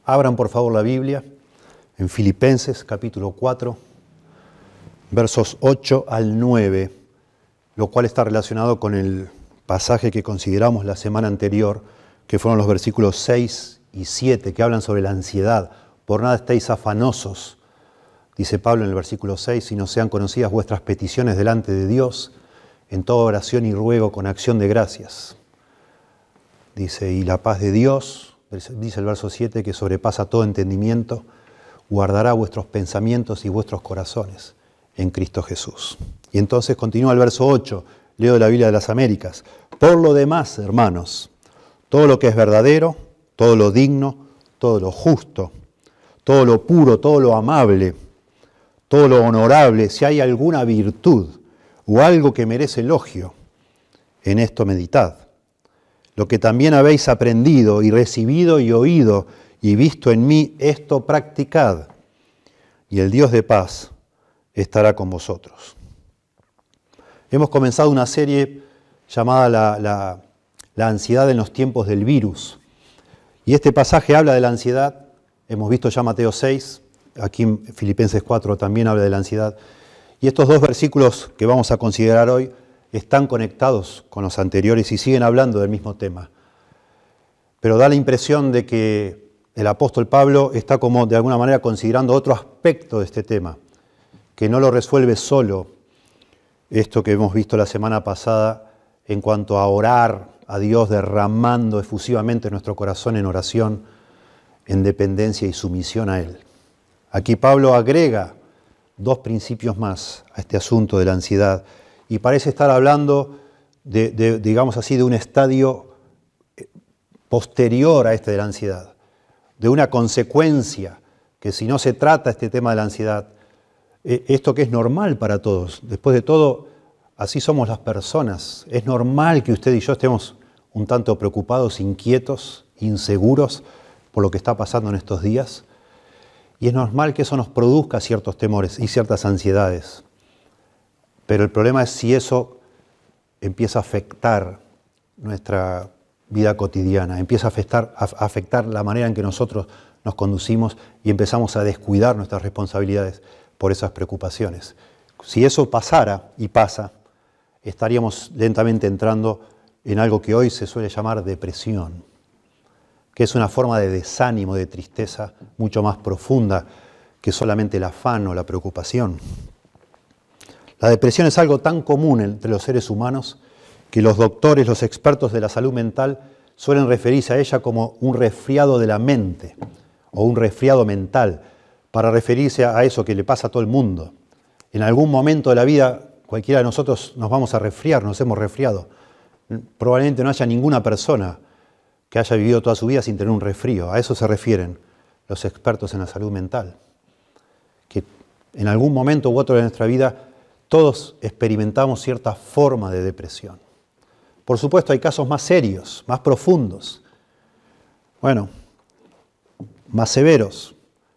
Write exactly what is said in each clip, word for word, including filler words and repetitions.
Abran por favor la Biblia en Filipenses capítulo cuatro, versos ocho al nueve, lo cual está relacionado con el pasaje que consideramos la semana anterior, que fueron los versículos seis y siete, que hablan sobre la ansiedad. Por nada estéis afanosos, dice Pablo en el versículo seis, sino sean conocidas vuestras peticiones delante de Dios, en toda oración y ruego con acción de gracias. Dice, y la paz de Dios, dice el verso siete, que sobrepasa todo entendimiento, guardará vuestros pensamientos y vuestros corazones en Cristo Jesús. Y entonces continúa el verso ocho, leo de la Biblia de las Américas. Por lo demás, hermanos, todo lo que es verdadero, todo lo digno, todo lo justo, todo lo puro, todo lo amable, todo lo honorable, si hay alguna virtud o algo que merece elogio, en esto meditad. Lo que también habéis aprendido y recibido y oído y visto en mí, esto practicad, y el Dios de paz estará con vosotros. Hemos comenzado una serie llamada la, la, la ansiedad en los tiempos del virus. Y este pasaje habla de la ansiedad. Hemos visto ya Mateo seis, aquí en Filipenses cuatro también habla de la ansiedad. Y estos dos versículos que vamos a considerar hoy están conectados con los anteriores y siguen hablando del mismo tema. Pero da la impresión de que el apóstol Pablo está como de alguna manera considerando otro aspecto de este tema, que no lo resuelve solo esto que hemos visto la semana pasada en cuanto a orar a Dios derramando efusivamente nuestro corazón en oración, en dependencia y sumisión a Él. Aquí Pablo agrega dos principios más a este asunto de la ansiedad y parece estar hablando de, de, digamos así, de un estadio posterior a este de la ansiedad, de una consecuencia que si no se trata este tema de la ansiedad, esto que es normal para todos, después de todo, así somos las personas, es normal que usted y yo estemos un tanto preocupados, inquietos, inseguros por lo que está pasando en estos días, y es normal que eso nos produzca ciertos temores y ciertas ansiedades. Pero el problema es si eso empieza a afectar nuestra vida cotidiana, empieza a afectar, a afectar la manera en que nosotros nos conducimos y empezamos a descuidar nuestras responsabilidades por esas preocupaciones. Si eso pasara, y pasa, estaríamos lentamente entrando en algo que hoy se suele llamar depresión, que es una forma de desánimo, de tristeza mucho más profunda que solamente el afán o la preocupación. La depresión es algo tan común entre los seres humanos que los doctores, los expertos de la salud mental suelen referirse a ella como un resfriado de la mente o un resfriado mental, para referirse a eso que le pasa a todo el mundo. En algún momento de la vida cualquiera de nosotros nos vamos a resfriar, nos hemos resfriado. Probablemente no haya ninguna persona que haya vivido toda su vida sin tener un resfrío. A eso se refieren los expertos en la salud mental. Que en algún momento u otro de nuestra vida todos experimentamos cierta forma de depresión. Por supuesto hay casos más serios, más profundos, bueno, más severos.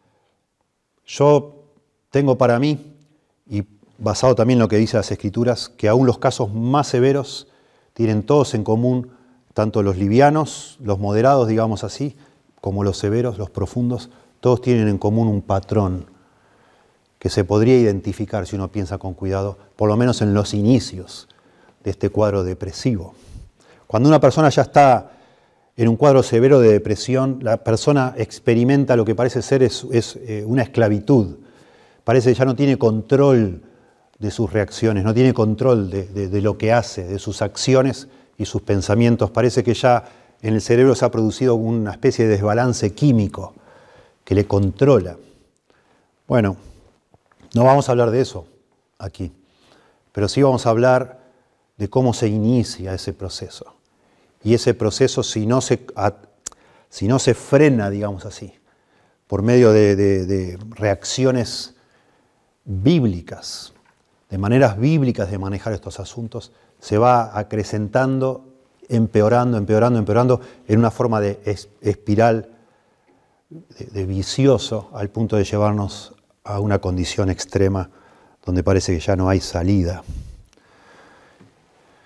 Yo tengo para mí, y basado también en lo que dicen las Escrituras, que aún los casos más severos tienen todos en común, tanto los livianos, los moderados, digamos así, como los severos, los profundos, todos tienen en común un patrón que se podría identificar, si uno piensa con cuidado, por lo menos en los inicios de este cuadro depresivo. Cuando una persona ya está en un cuadro severo de depresión, la persona experimenta lo que parece ser es, es eh, una esclavitud. Parece que ya no tiene control de sus reacciones, no tiene control de, de, de lo que hace, de sus acciones y sus pensamientos. Parece que ya en el cerebro se ha producido una especie de desbalance químico que le controla. Bueno, no vamos a hablar de eso aquí, pero sí vamos a hablar de cómo se inicia ese proceso. Y ese proceso, si no se, si no se frena, digamos así, por medio de, de, de reacciones bíblicas, de maneras bíblicas de manejar estos asuntos, se va acrecentando, empeorando, empeorando, empeorando, en una forma de espiral, de, de vicioso, al punto de llevarnos a una condición extrema donde parece que ya no hay salida.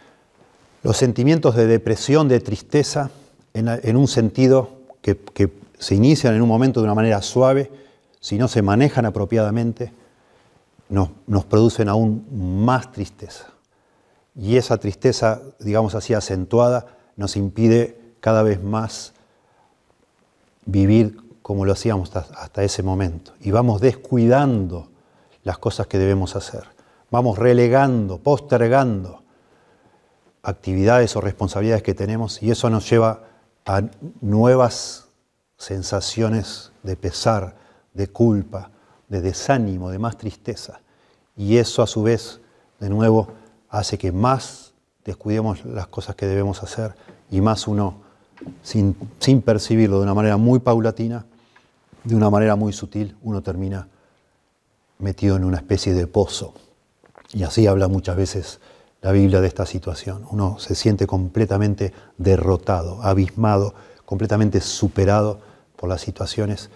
Los sentimientos de depresión, de tristeza, en, en un sentido que, que se inician en un momento de una manera suave, si no se manejan apropiadamente, nos, nos producen aún más tristeza. Y esa tristeza, digamos así, acentuada, nos impide cada vez más vivir como lo hacíamos hasta, hasta ese momento. Y vamos descuidando las cosas que debemos hacer. Vamos relegando, postergando actividades o responsabilidades que tenemos, y eso nos lleva a nuevas sensaciones de pesar, de culpa, de desánimo, de más tristeza. Y eso a su vez, de nuevo, hace que más descuidemos las cosas que debemos hacer y más uno, sin, sin percibirlo de una manera muy paulatina, de una manera muy sutil, uno termina metido en una especie de pozo. Y así habla muchas veces la Biblia de esta situación. Uno se siente completamente derrotado, abismado, completamente superado por las situaciones.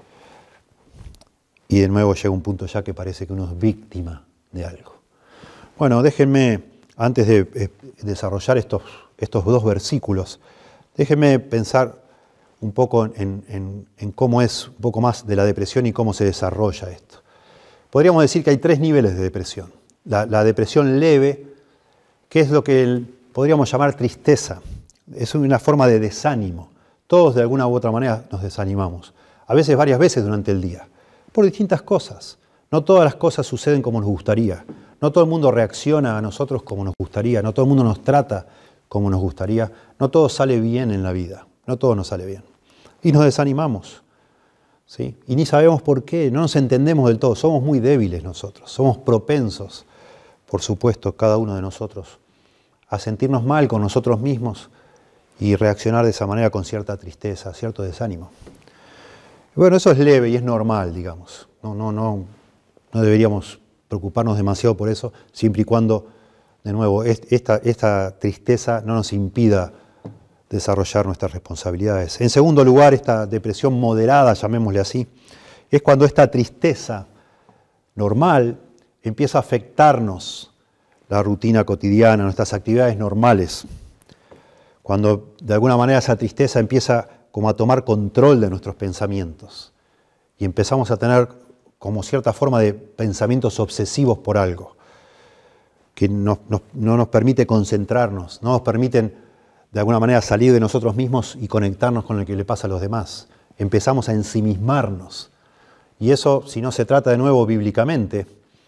Y de nuevo llega un punto ya que parece que uno es víctima de algo. Bueno, déjenme, antes de eh, desarrollar estos, estos dos versículos, déjenme pensar un poco en, en, en cómo es un poco más de la depresión y cómo se desarrolla esto. Podríamos decir que hay tres niveles de depresión. La, la depresión leve, que es lo que el, podríamos llamar tristeza. Es una forma de desánimo. Todos de alguna u otra manera nos desanimamos. A veces, varias veces durante el día. Por distintas cosas. No todas las cosas suceden como nos gustaría. No todo el mundo reacciona a nosotros como nos gustaría. No todo el mundo nos trata como nos gustaría. No todo sale bien en la vida. No todo nos sale bien. Y nos desanimamos. ¿Sí? Y ni sabemos por qué. No nos entendemos del todo. Somos muy débiles nosotros. Somos propensos, por supuesto, cada uno de nosotros, a sentirnos mal con nosotros mismos y reaccionar de esa manera con cierta tristeza, cierto desánimo. Bueno, eso es leve y es normal, digamos. No, no, no, no deberíamos preocuparnos demasiado por eso, siempre y cuando, de nuevo, esta, esta tristeza no nos impida desarrollar nuestras responsabilidades. En segundo lugar, esta depresión moderada, llamémosle así, es cuando esta tristeza normal empieza a afectarnos la rutina cotidiana, nuestras actividades normales. Cuando de alguna manera esa tristeza empieza como a tomar control de nuestros pensamientos y empezamos a tener como cierta forma de pensamientos obsesivos por algo que no, no, no nos permite concentrarnos, no nos permiten de alguna manera salir de nosotros mismos y conectarnos con lo que le pasa a los demás. Empezamos a ensimismarnos. Y eso, si no se trata de nuevo bíblicamente,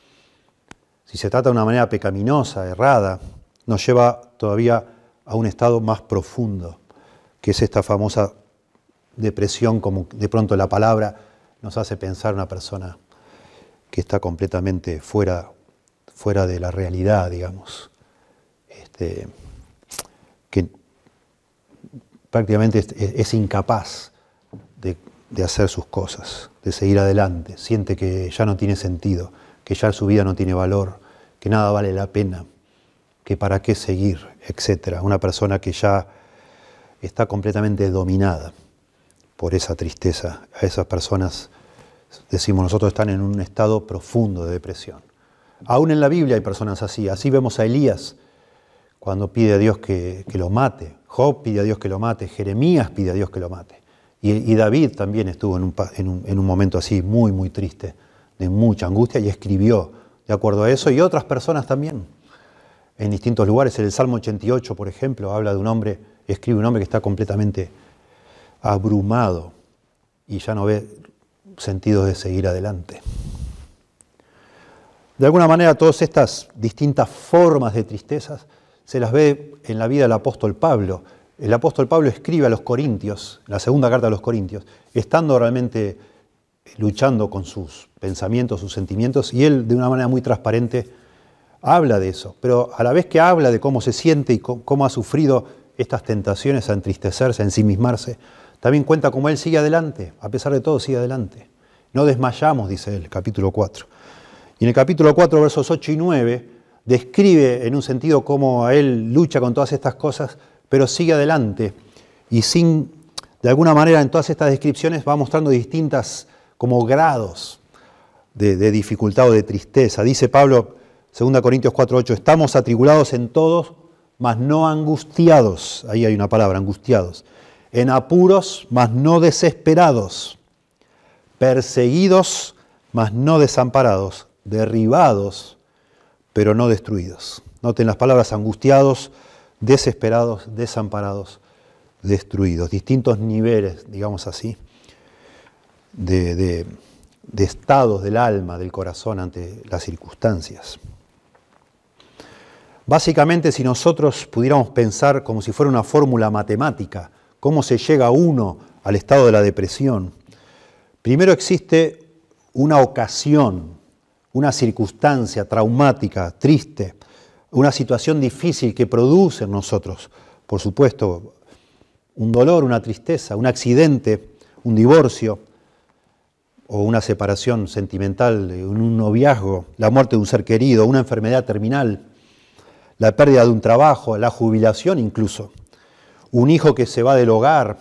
si se trata de una manera pecaminosa, errada, nos lleva todavía a un estado más profundo, que es esta famosa depresión, como de pronto la palabra nos hace pensar una persona que está completamente fuera, fuera de la realidad, digamos, este, que prácticamente es, es incapaz de, de hacer sus cosas, de seguir adelante, siente que ya no tiene sentido, que ya su vida no tiene valor, que nada vale la pena, que para qué seguir, etcétera. Una persona que ya está completamente dominada por esa tristeza. A esas personas, decimos nosotros, están en un estado profundo de depresión. Aún en la Biblia hay personas así. Así vemos a Elías cuando pide a Dios que, que lo mate. Job pide a Dios que lo mate. Jeremías pide a Dios que lo mate. Y, y David también estuvo en un, en, un, en un momento así muy, muy triste, de mucha angustia, y escribió de acuerdo a eso. Y otras personas también, en distintos lugares. En el Salmo ochenta y ocho, por ejemplo, habla de un hombre, escribe un hombre que está completamente abrumado y ya no ve sentido de seguir adelante. De alguna manera, todas estas distintas formas de tristezas se las ve en la vida del apóstol Pablo. El apóstol Pablo escribe a los Corintios, la segunda carta a los Corintios, estando realmente luchando con sus pensamientos, sus sentimientos, y él de una manera muy transparente habla de eso, pero a la vez que habla de cómo se siente y cómo ha sufrido estas tentaciones a entristecerse, a ensimismarse, también cuenta cómo él sigue adelante, a pesar de todo sigue adelante. No desmayamos, dice él, capítulo cuatro. Y en el capítulo cuatro, versos ocho y nueve, describe en un sentido cómo a él lucha con todas estas cosas, pero sigue adelante. Y sin, de alguna manera, en todas estas descripciones va mostrando distintas como grados de, de dificultad o de tristeza. Dice Pablo, segunda Corintios cuatro ocho, estamos atribulados en todos, mas no angustiados. Ahí hay una palabra, angustiados. en apuros, mas no desesperados, perseguidos, mas no desamparados, derribados, pero no destruidos. Noten las palabras: angustiados, desesperados, desamparados, destruidos. Distintos niveles, digamos así, de, de, de estados del alma, del corazón ante las circunstancias. Básicamente, si nosotros pudiéramos pensar como si fuera una fórmula matemática, cómo se llega uno al estado de la depresión, primero existe una ocasión, una circunstancia traumática, triste, una situación difícil que produce en nosotros, por supuesto, un dolor, una tristeza, un accidente, un divorcio o una separación sentimental, un noviazgo, la muerte de un ser querido, una enfermedad terminal, la pérdida de un trabajo, la jubilación incluso, un hijo que se va del hogar,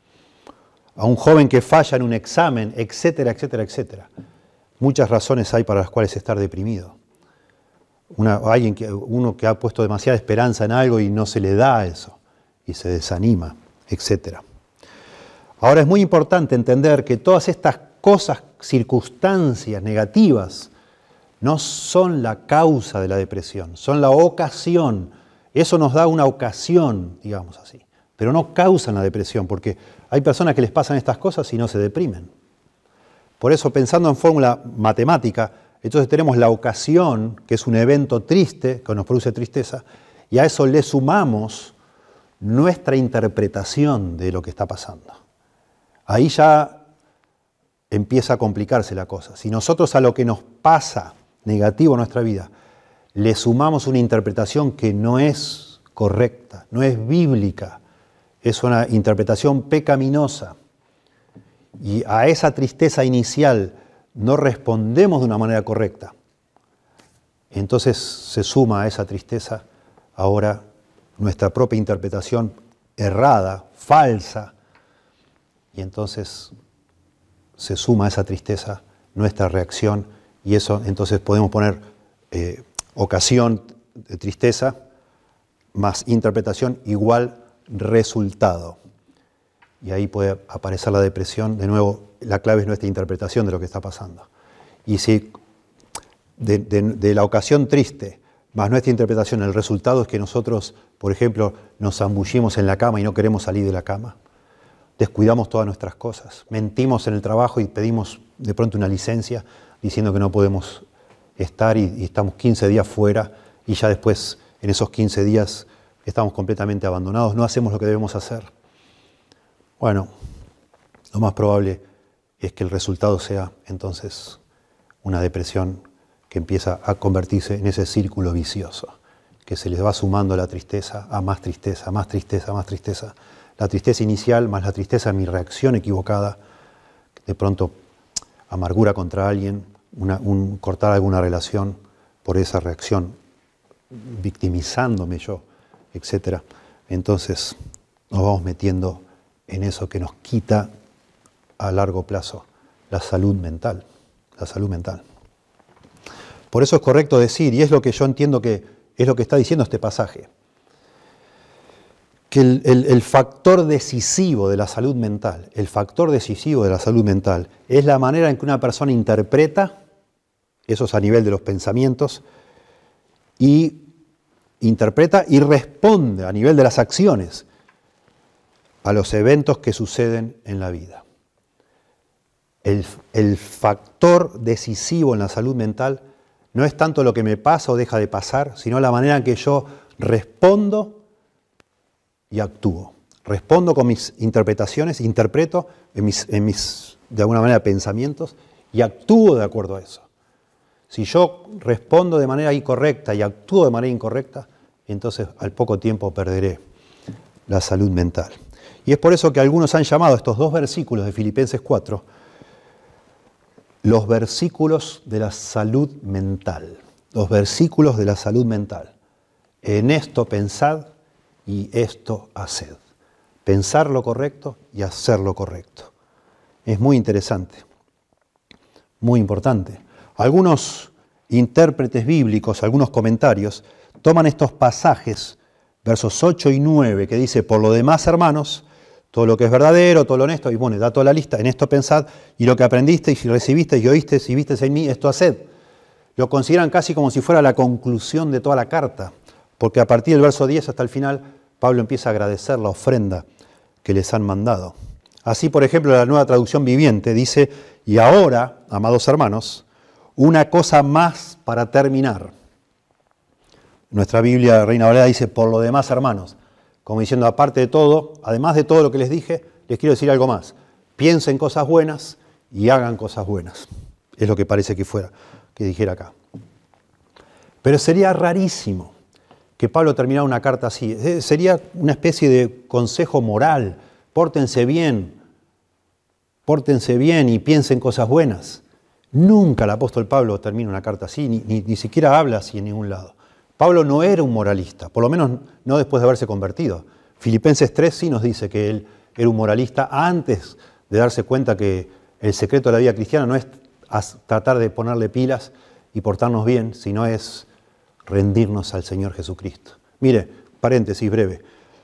a un joven que falla en un examen, etcétera, etcétera, etcétera. Muchas razones hay para las cuales estar deprimido. Una, alguien que, uno que ha puesto demasiada esperanza en algo y no se le da eso, y se desanima, etcétera. Ahora es muy importante entender que todas estas cosas, circunstancias negativas, no son la causa de la depresión, son la ocasión. Eso nos da una ocasión, digamos así, pero no causan la depresión, porque hay personas que les pasan estas cosas y no se deprimen. Por eso, pensando en fórmula matemática, entonces tenemos la ocasión, que es un evento triste, que nos produce tristeza, y a eso le sumamos nuestra interpretación de lo que está pasando. Ahí ya empieza a complicarse la cosa. Si nosotros a lo que nos pasa negativo en nuestra vida le sumamos una interpretación que no es correcta, no es bíblica, es una interpretación pecaminosa, y a esa tristeza inicial no respondemos de una manera correcta, entonces se suma a esa tristeza ahora nuestra propia interpretación errada, falsa, y entonces se suma a esa tristeza nuestra reacción, y eso entonces podemos poner eh, ocasión de tristeza más interpretación igual resultado. Y ahí puede aparecer la depresión. De nuevo, la clave es nuestra interpretación de lo que está pasando. Y si de, de, de la ocasión triste más nuestra interpretación, el resultado es que nosotros, por ejemplo, nos zambullimos en la cama y no queremos salir de la cama, descuidamos todas nuestras cosas, mentimos en el trabajo y pedimos de pronto una licencia diciendo que no podemos estar y, y estamos quince días fuera, y ya después, en esos quince días, estamos completamente abandonados, no hacemos lo que debemos hacer. Bueno, lo más probable es que el resultado sea entonces una depresión que empieza a convertirse en ese círculo vicioso, que se les va sumando la tristeza a más tristeza, más tristeza, más tristeza. La tristeza inicial más la tristeza de mi reacción equivocada, de pronto amargura contra alguien, una, un, cortar alguna relación por esa reacción, victimizándome yo, etcétera. Entonces nos vamos metiendo en eso que nos quita a largo plazo la salud mental, la salud mental. Por eso es correcto decir, y es lo que yo entiendo que es lo que está diciendo este pasaje, que el, el, el factor decisivo de la salud mental, el factor decisivo de la salud mental es la manera en que una persona interpreta, eso es a nivel de los pensamientos, y interpreta y responde a nivel de las acciones a los eventos que suceden en la vida. El, el factor decisivo en la salud mental no es tanto lo que me pasa o deja de pasar, sino la manera en que yo respondo y actúo. Respondo con mis interpretaciones, interpreto en mis, en mis, de alguna manera, pensamientos, y actúo de acuerdo a eso. Si yo respondo de manera incorrecta y actúo de manera incorrecta, entonces al poco tiempo perderé la salud mental. Y es por eso que algunos han llamado a estos dos versículos de Filipenses cuatro los versículos de la salud mental. Los versículos de la salud mental. En esto pensad y esto haced. Pensar lo correcto y hacer lo correcto. Es muy interesante, muy importante. Algunos intérpretes bíblicos, algunos comentarios, toman estos pasajes, versos ocho y nueve, que dice: por lo demás, hermanos, todo lo que es verdadero, todo lo honesto, y bueno, da toda la lista, en esto pensad, y lo que aprendisteis y recibisteis y oísteis y visteis en mí, esto haced. Lo consideran casi como si fuera la conclusión de toda la carta, porque a partir del verso diez hasta el final, Pablo empieza a agradecer la ofrenda que les han mandado. Así, por ejemplo, la Nueva Traducción Viviente dice, y ahora, amados hermanos, una cosa más para terminar. Nuestra Biblia Reina Valera dice, por lo demás, hermanos, como diciendo, aparte de todo, además de todo lo que les dije, les quiero decir algo más. Piensen cosas buenas y hagan cosas buenas. Es lo que parece que fuera, que dijera acá. Pero sería rarísimo que Pablo terminara una carta así. Sería una especie de consejo moral. Pórtense bien, pórtense bien y piensen cosas buenas. Nunca el apóstol Pablo termina una carta así, ni, ni, ni siquiera habla así en ningún lado. Pablo no era un moralista, por lo menos no después de haberse convertido. Filipenses tres sí nos dice que él era un moralista antes de darse cuenta que el secreto de la vida cristiana no es tratar de ponerle pilas y portarnos bien, sino es rendirnos al Señor Jesucristo. Mire, paréntesis breve,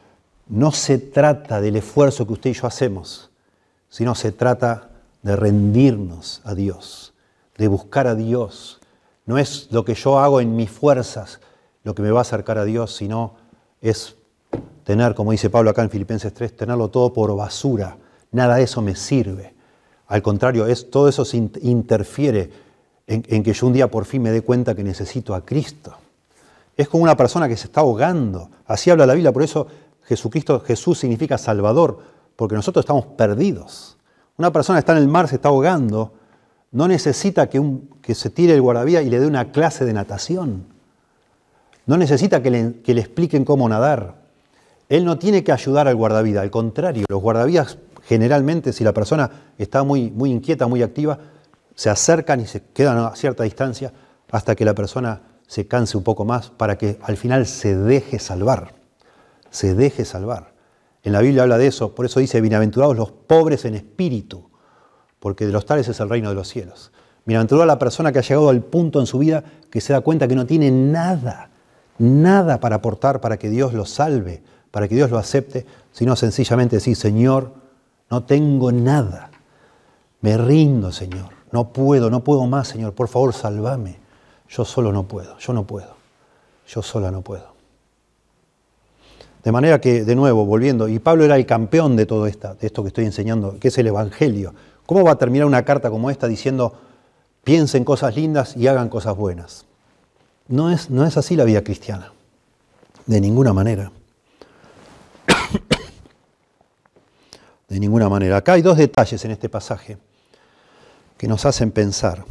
no se trata del esfuerzo que usted y yo hacemos, sino se trata de rendirnos a Dios, de buscar a Dios. No es lo que yo hago en mis fuerzas lo que me va a acercar a Dios, sino es tener, como dice Pablo acá en Filipenses tres, tenerlo todo por basura. Nada de eso me sirve. Al contrario, es, todo eso se interfiere en, en que yo un día por fin me dé cuenta que necesito a Cristo. Es como una persona que se está ahogando. Así habla la Biblia, por eso Jesucristo, Jesús significa Salvador, porque nosotros estamos perdidos. Una persona que está en el mar, se está ahogando, no necesita que, un, que se tire el guardavidas y le dé una clase de natación. No necesita que le, que le expliquen cómo nadar. Él no tiene que ayudar al guardavidas, al contrario, los guardavidas generalmente, si la persona está muy, muy inquieta, muy activa, se acercan y se quedan a cierta distancia hasta que la persona se canse un poco más para que al final se deje salvar. Se deje salvar. En la Biblia habla de eso, por eso dice, bienaventurados los pobres en espíritu, porque de los tales es el reino de los cielos. Bienaventurada la persona que ha llegado al punto en su vida que se da cuenta que no tiene nada, nada para aportar para que Dios lo salve, para que Dios lo acepte, sino sencillamente decir, Señor, no tengo nada, me rindo, Señor, no puedo, no puedo más, Señor, por favor, sálvame. Yo solo no puedo, yo no puedo, yo sola no puedo. De manera que, de nuevo, volviendo, y Pablo era el campeón de todo esta, de esto que estoy enseñando, que es el Evangelio. ¿Cómo va a terminar una carta como esta diciendo, piensen cosas lindas y hagan cosas buenas? No es, no es así la vida cristiana, de ninguna manera. De ninguna manera. Acá hay dos detalles en este pasaje que nos hacen pensar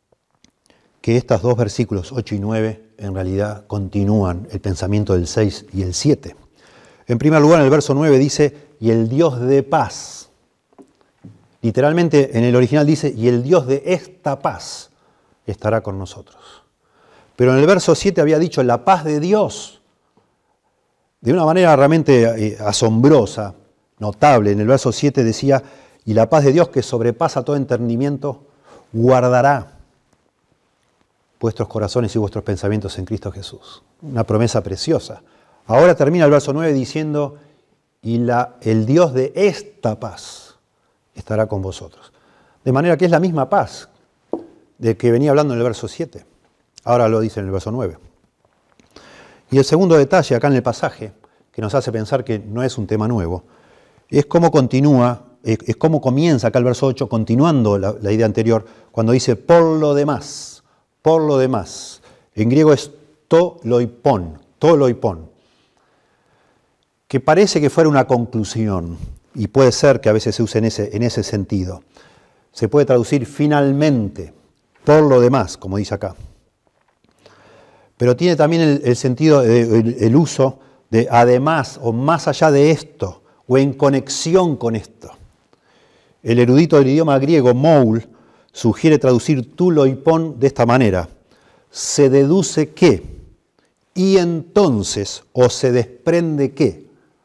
que estos dos versículos, ocho y nueve, en realidad continúan el pensamiento del seis y el siete. En primer lugar, en el verso nueve dice, y el Dios de paz. Literalmente en el original dice, y el Dios de esta paz estará con nosotros. Pero en el verso siete había dicho, la paz de Dios, de una manera realmente eh, asombrosa, notable. En el verso siete decía, y la paz de Dios que sobrepasa todo entendimiento, guardará vuestros corazones y vuestros pensamientos en Cristo Jesús. Una promesa preciosa. Ahora termina el verso nueve diciendo, y la, el Dios de esta paz estará con vosotros. De manera que es la misma paz de que venía hablando en el verso siete. Ahora lo dice en el verso nueve. Y el segundo detalle acá en el pasaje, que nos hace pensar que no es un tema nuevo, es cómo continúa, es cómo comienza acá el verso ocho, continuando la, la idea anterior, cuando dice, por lo demás, por lo demás. En griego es to loipon, to loipon, que parece que fuera una conclusión, y puede ser que a veces se use en ese, en ese sentido. Se puede traducir finalmente, por lo demás, como dice acá. Pero tiene también el, el sentido, el, el uso de además o más allá de esto, o en conexión con esto. El erudito del idioma griego, Moul, sugiere traducir tu loipon de esta manera. Se deduce que, y entonces, o se desprende que.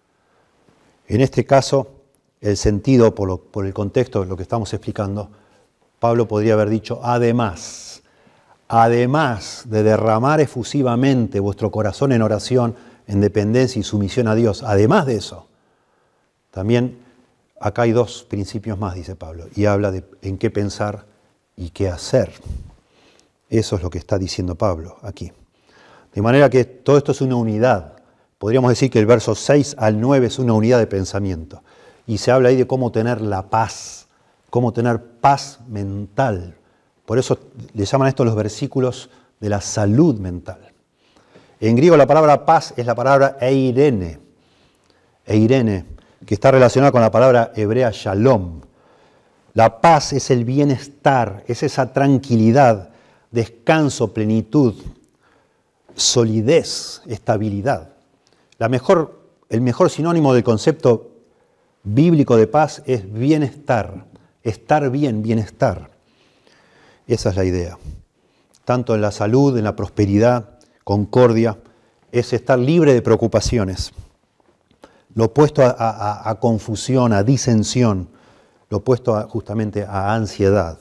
En este caso, el sentido, por, lo, por el contexto de lo que estamos explicando, Pablo podría haber dicho, además, además de derramar efusivamente vuestro corazón en oración, en dependencia y sumisión a Dios, además de eso, también acá hay dos principios más, dice Pablo, y habla de en qué pensar y qué hacer. Eso es lo que está diciendo Pablo aquí. De manera que todo esto es una unidad. Podríamos decir que el verso seis al nueve es una unidad de pensamiento. Y se habla ahí de cómo tener la paz, cómo tener paz mental. Por eso le llaman a esto los versículos de la salud mental. En griego la palabra paz es la palabra eirene, eirene, que está relacionada con la palabra hebrea shalom. La paz es el bienestar, es esa tranquilidad, descanso, plenitud, solidez, estabilidad. La mejor, el mejor sinónimo del concepto bíblico de paz es bienestar, estar bien, bienestar. Esa es la idea. Tanto en la salud, en la prosperidad, concordia, es estar libre de preocupaciones. Lo opuesto a, a, a confusión, a disensión, lo opuesto a, justamente a ansiedad.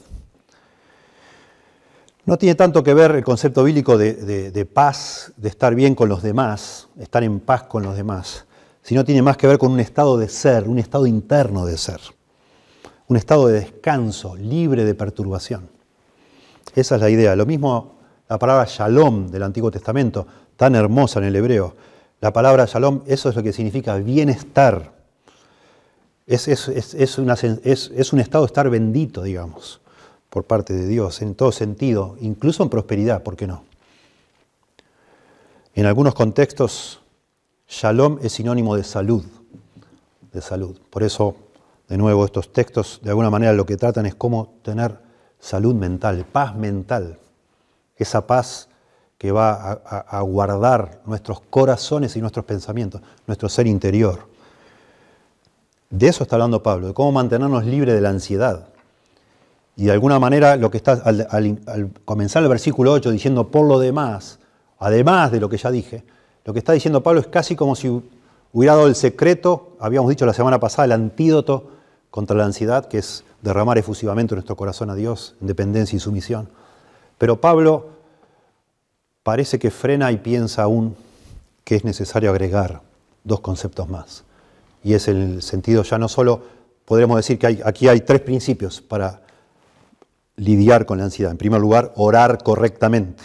No tiene tanto que ver el concepto bíblico de, de, de paz, de estar bien con los demás, estar en paz con los demás, sino tiene más que ver con un estado de ser, un estado interno de ser, un estado de descanso, libre de perturbación. Esa es la idea. Lo mismo la palabra shalom del Antiguo Testamento, tan hermosa en el hebreo. La palabra shalom, eso es lo que significa bienestar. Es, es, es, es, una, es, es un estado de estar bendito, digamos, por parte de Dios, en todo sentido, incluso en prosperidad, ¿por qué no? En algunos contextos, shalom es sinónimo de salud, de salud. Por eso, de nuevo, estos textos, de alguna manera, lo que tratan es cómo tener salud mental, paz mental. Esa paz que va a, a, a guardar nuestros corazones y nuestros pensamientos, nuestro ser interior. De eso está hablando Pablo, de cómo mantenernos libres de la ansiedad. Y de alguna manera, lo que está al, al, al comenzar el versículo ocho diciendo por lo demás, además de lo que ya dije, lo que está diciendo Pablo es casi como si hubiera dado el secreto, habíamos dicho la semana pasada, el antídoto contra la ansiedad, que es derramar efusivamente nuestro corazón a Dios en dependencia y sumisión. Pero Pablo parece que frena y piensa aún que es necesario agregar dos conceptos más. Y es el sentido ya no solo, podremos decir que hay, aquí hay tres principios para lidiar con la ansiedad. En primer lugar, orar correctamente,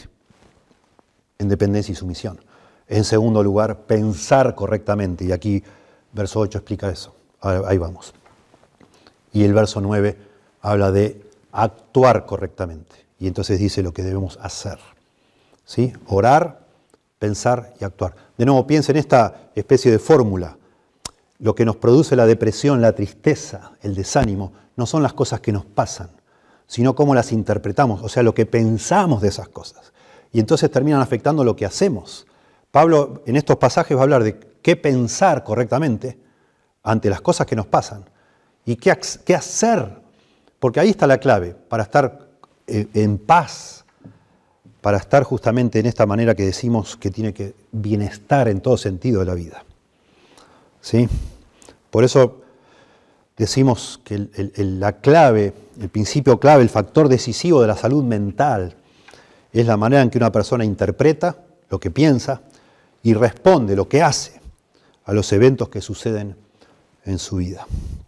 en dependencia y sumisión. En segundo lugar, pensar correctamente. Y aquí, verso ocho explica eso. Ahí vamos. Y el verso nueve habla de actuar correctamente. Y entonces dice lo que debemos hacer. ¿Sí? Orar, pensar y actuar. De nuevo, piensa en esta especie de fórmula. Lo que nos produce la depresión, la tristeza, el desánimo, no son las cosas que nos pasan, sino cómo las interpretamos, o sea, lo que pensamos de esas cosas. Y entonces terminan afectando lo que hacemos. Pablo en estos pasajes va a hablar de qué pensar correctamente ante las cosas que nos pasan y qué, qué hacer, porque ahí está la clave para estar en paz, para estar justamente en esta manera que decimos que tiene que bienestar en todo sentido de la vida. ¿Sí? Por eso decimos que el, el, el, la clave, el principio clave, el factor decisivo de la salud mental es la manera en que una persona interpreta lo que piensa y responde lo que hace a los eventos que suceden en su vida.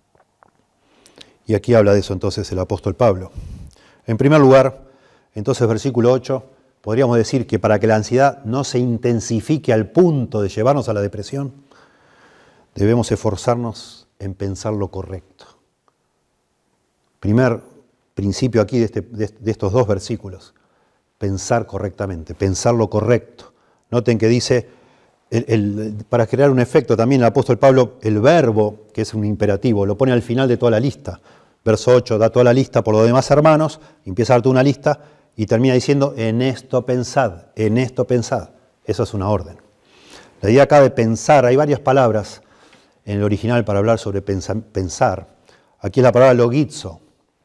Y aquí habla de eso entonces el apóstol Pablo. En primer lugar, entonces versículo ocho, podríamos decir que para que la ansiedad no se intensifique al punto de llevarnos a la depresión, debemos esforzarnos en pensar lo correcto. Primer principio aquí de, este, de, de estos dos versículos, pensar correctamente, pensar lo correcto. Noten que dice, el, el, para crear un efecto también el apóstol Pablo, el verbo, que es un imperativo, lo pone al final de toda la lista. Verso ocho, da toda la lista por los demás hermanos, empieza a darte una lista y termina diciendo, en esto pensad, en esto pensad. Eso es una orden. La idea acá de pensar, hay varias palabras en el original para hablar sobre pensar. Aquí es la palabra logizo.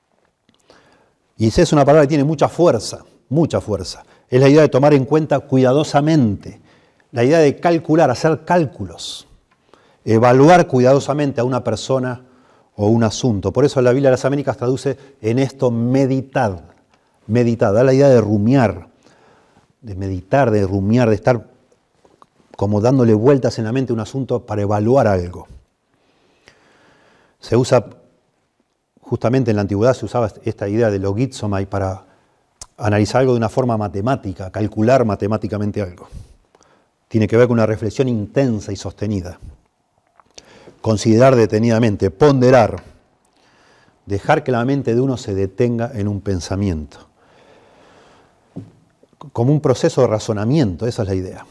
Y esa es una palabra que tiene mucha fuerza, mucha fuerza. Es la idea de tomar en cuenta cuidadosamente, la idea de calcular, hacer cálculos, evaluar cuidadosamente a una persona o un asunto. Por eso la Biblia de las Américas traduce en esto meditad, meditad, da la idea de rumiar, de meditar, de rumiar, de estar como dándole vueltas en la mente a un asunto para evaluar algo. Se usa, justamente en la antigüedad se usaba esta idea de logizomai para analizar algo de una forma matemática, calcular matemáticamente algo. Tiene que ver con una reflexión intensa y sostenida. Considerar detenidamente, ponderar, dejar que la mente de uno se detenga en un pensamiento. Como un proceso de razonamiento, esa es la idea.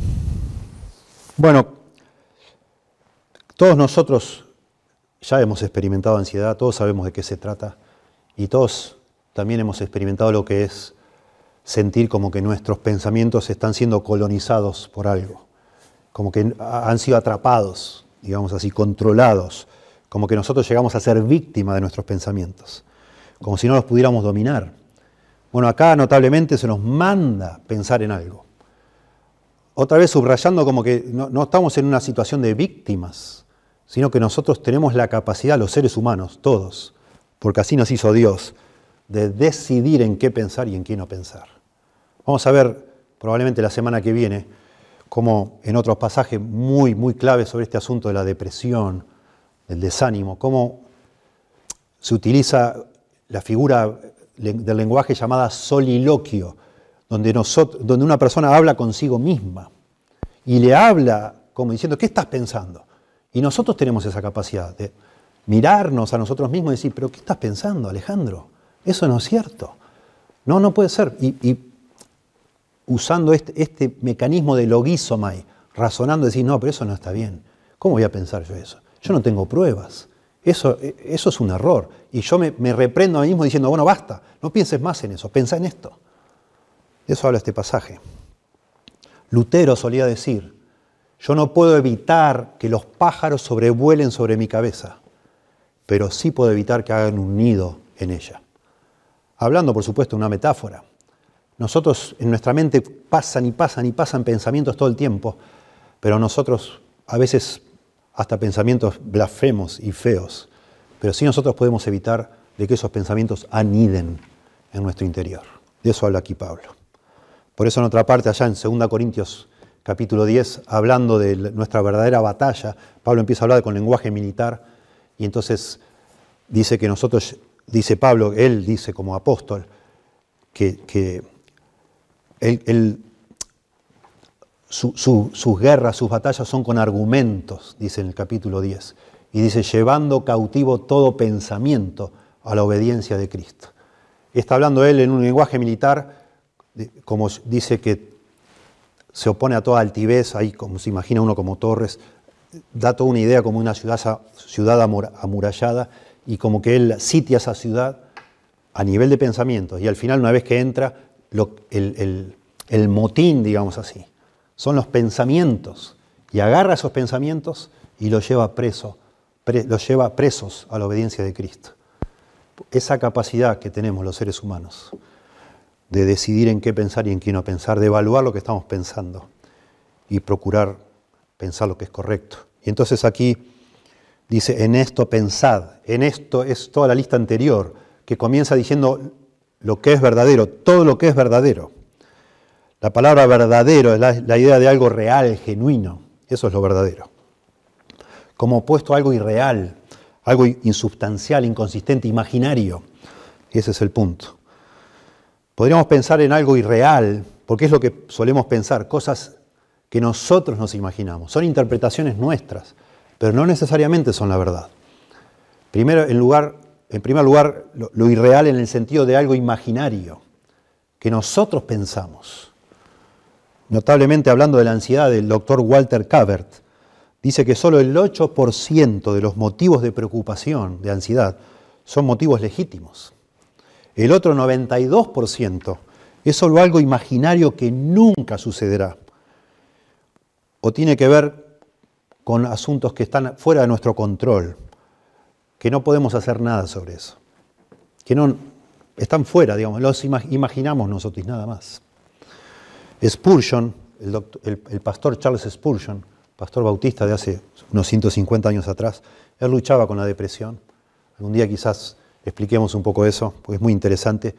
Bueno, todos nosotros ya hemos experimentado ansiedad, todos sabemos de qué se trata y todos también hemos experimentado lo que es sentir como que nuestros pensamientos están siendo colonizados por algo, como que han sido atrapados, digamos así, controlados, como que nosotros llegamos a ser víctimas de nuestros pensamientos, como si no los pudiéramos dominar. Bueno, acá notablemente se nos manda pensar en algo. Otra vez subrayando como que no, no estamos en una situación de víctimas, sino que nosotros tenemos la capacidad, los seres humanos, todos, porque así nos hizo Dios, de decidir en qué pensar y en qué no pensar. Vamos a ver probablemente la semana que viene cómo en otros pasajes muy, muy claves sobre este asunto de la depresión, del desánimo, cómo se utiliza la figura del lenguaje llamada soliloquio, donde, nosotros, donde una persona habla consigo misma y le habla como diciendo, ¿qué estás pensando? Y nosotros tenemos esa capacidad de mirarnos a nosotros mismos y decir, ¿pero qué estás pensando, Alejandro? Eso no es cierto. No, no puede ser. Y, y usando este, este mecanismo de logizomai, razonando, decir, no, pero eso no está bien. ¿Cómo voy a pensar yo eso? Yo no tengo pruebas. Eso, eso es un error. Y yo me, me reprendo a mí mismo diciendo, bueno, basta, no pienses más en eso, pensá en esto. De eso habla este pasaje. Lutero solía decir, yo no puedo evitar que los pájaros sobrevuelen sobre mi cabeza, pero sí puedo evitar que hagan un nido en ella. Hablando, por supuesto, de una metáfora. Nosotros, en nuestra mente pasan y pasan y pasan pensamientos todo el tiempo, pero nosotros a veces hasta pensamientos blasfemos y feos, pero sí nosotros podemos evitar de que esos pensamientos aniden en nuestro interior. De eso habla aquí Pablo. Por eso en otra parte, allá en segunda Corintios capítulo diez, hablando de nuestra verdadera batalla, Pablo empieza a hablar con lenguaje militar y entonces dice que nosotros, dice Pablo, él dice como apóstol, que, que él, él, su, su, sus guerras, sus batallas son con argumentos, dice en el capítulo diez, y dice, llevando cautivo todo pensamiento a la obediencia de Cristo. Está hablando él en un lenguaje militar, como dice que se opone a toda altivez, ahí como se imagina uno como Torres, da toda una idea como una ciudad, ciudad amurallada, y como que él sitia esa ciudad a nivel de pensamientos, y al final, una vez que entra, lo, el, el, el motín, digamos así, son los pensamientos, y agarra esos pensamientos y los lleva preso, pre, los lleva presos a la obediencia de Cristo. Esa capacidad que tenemos los seres humanos, de decidir en qué pensar y en qué no pensar, de evaluar lo que estamos pensando y procurar pensar lo que es correcto. Y entonces aquí dice, en esto pensad, en esto es toda la lista anterior, que comienza diciendo lo que es verdadero, todo lo que es verdadero. La palabra verdadero es la, la idea de algo real, genuino, eso es lo verdadero. Como opuesto a algo irreal, algo insubstancial, inconsistente, imaginario. Y ese es el punto. Podríamos pensar en algo irreal, porque es lo que solemos pensar, cosas que nosotros nos imaginamos. Son interpretaciones nuestras, pero no necesariamente son la verdad. Primero, en, lugar, en primer lugar, lo, lo irreal en el sentido de algo imaginario, que nosotros pensamos. Notablemente, hablando de la ansiedad, el doctor Walter Cabert dice que solo el ocho por ciento de los motivos de preocupación, de ansiedad, son motivos legítimos. El otro noventa y dos por ciento es solo algo imaginario que nunca sucederá. O tiene que ver con asuntos que están fuera de nuestro control, que no podemos hacer nada sobre eso. Que no están fuera, digamos, los imaginamos nosotros y nada más. Spurgeon, el, doctor, el, el pastor Charles Spurgeon, pastor bautista de hace unos ciento cincuenta años atrás, él luchaba con la depresión. Algún día quizás expliquemos un poco eso, porque es muy interesante.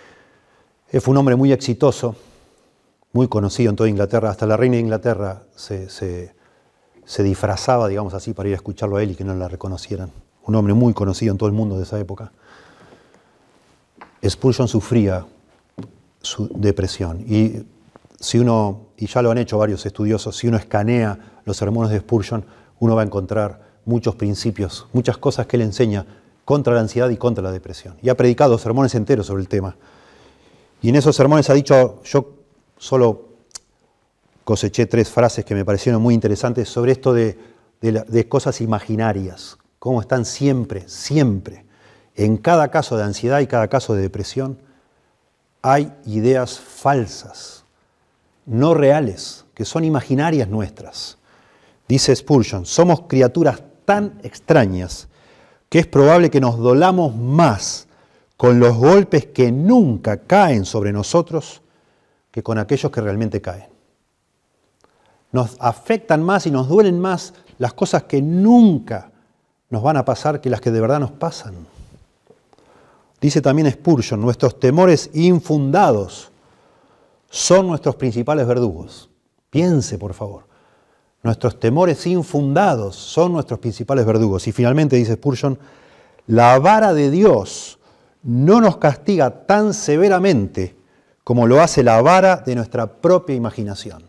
Él fue un hombre muy exitoso, muy conocido en toda Inglaterra. Hasta la reina de Inglaterra se, se, se disfrazaba, digamos así, para ir a escucharlo a él y que no la reconocieran. un hombre muy conocido en todo el mundo de esa época, Spurgeon sufría su depresión. Y si uno, y ya lo han hecho varios estudiosos, si uno escanea los sermones de Spurgeon, uno va a encontrar muchos principios, muchas cosas que él enseña contra la ansiedad y contra la depresión. Y ha predicado sermones enteros sobre el tema. Y en esos sermones ha dicho, yo solo coseché tres frases que me parecieron muy interesantes sobre esto de, de, la, de cosas imaginarias, cómo están siempre, siempre, en cada caso de ansiedad y cada caso de depresión, hay ideas falsas, no reales, que son imaginarias nuestras. Dice Spurgeon, somos criaturas tan extrañas que es probable que nos dolamos más con los golpes que nunca caen sobre nosotros que con aquellos que realmente caen. Nos afectan más y nos duelen más las cosas que nunca nos van a pasar que las que de verdad nos pasan. Dice también Spurgeon, nuestros temores infundados son nuestros principales verdugos. Piense, por favor. Nuestros temores infundados son nuestros principales verdugos. Y finalmente, dice Spurgeon, la vara de Dios no nos castiga tan severamente como lo hace la vara de nuestra propia imaginación.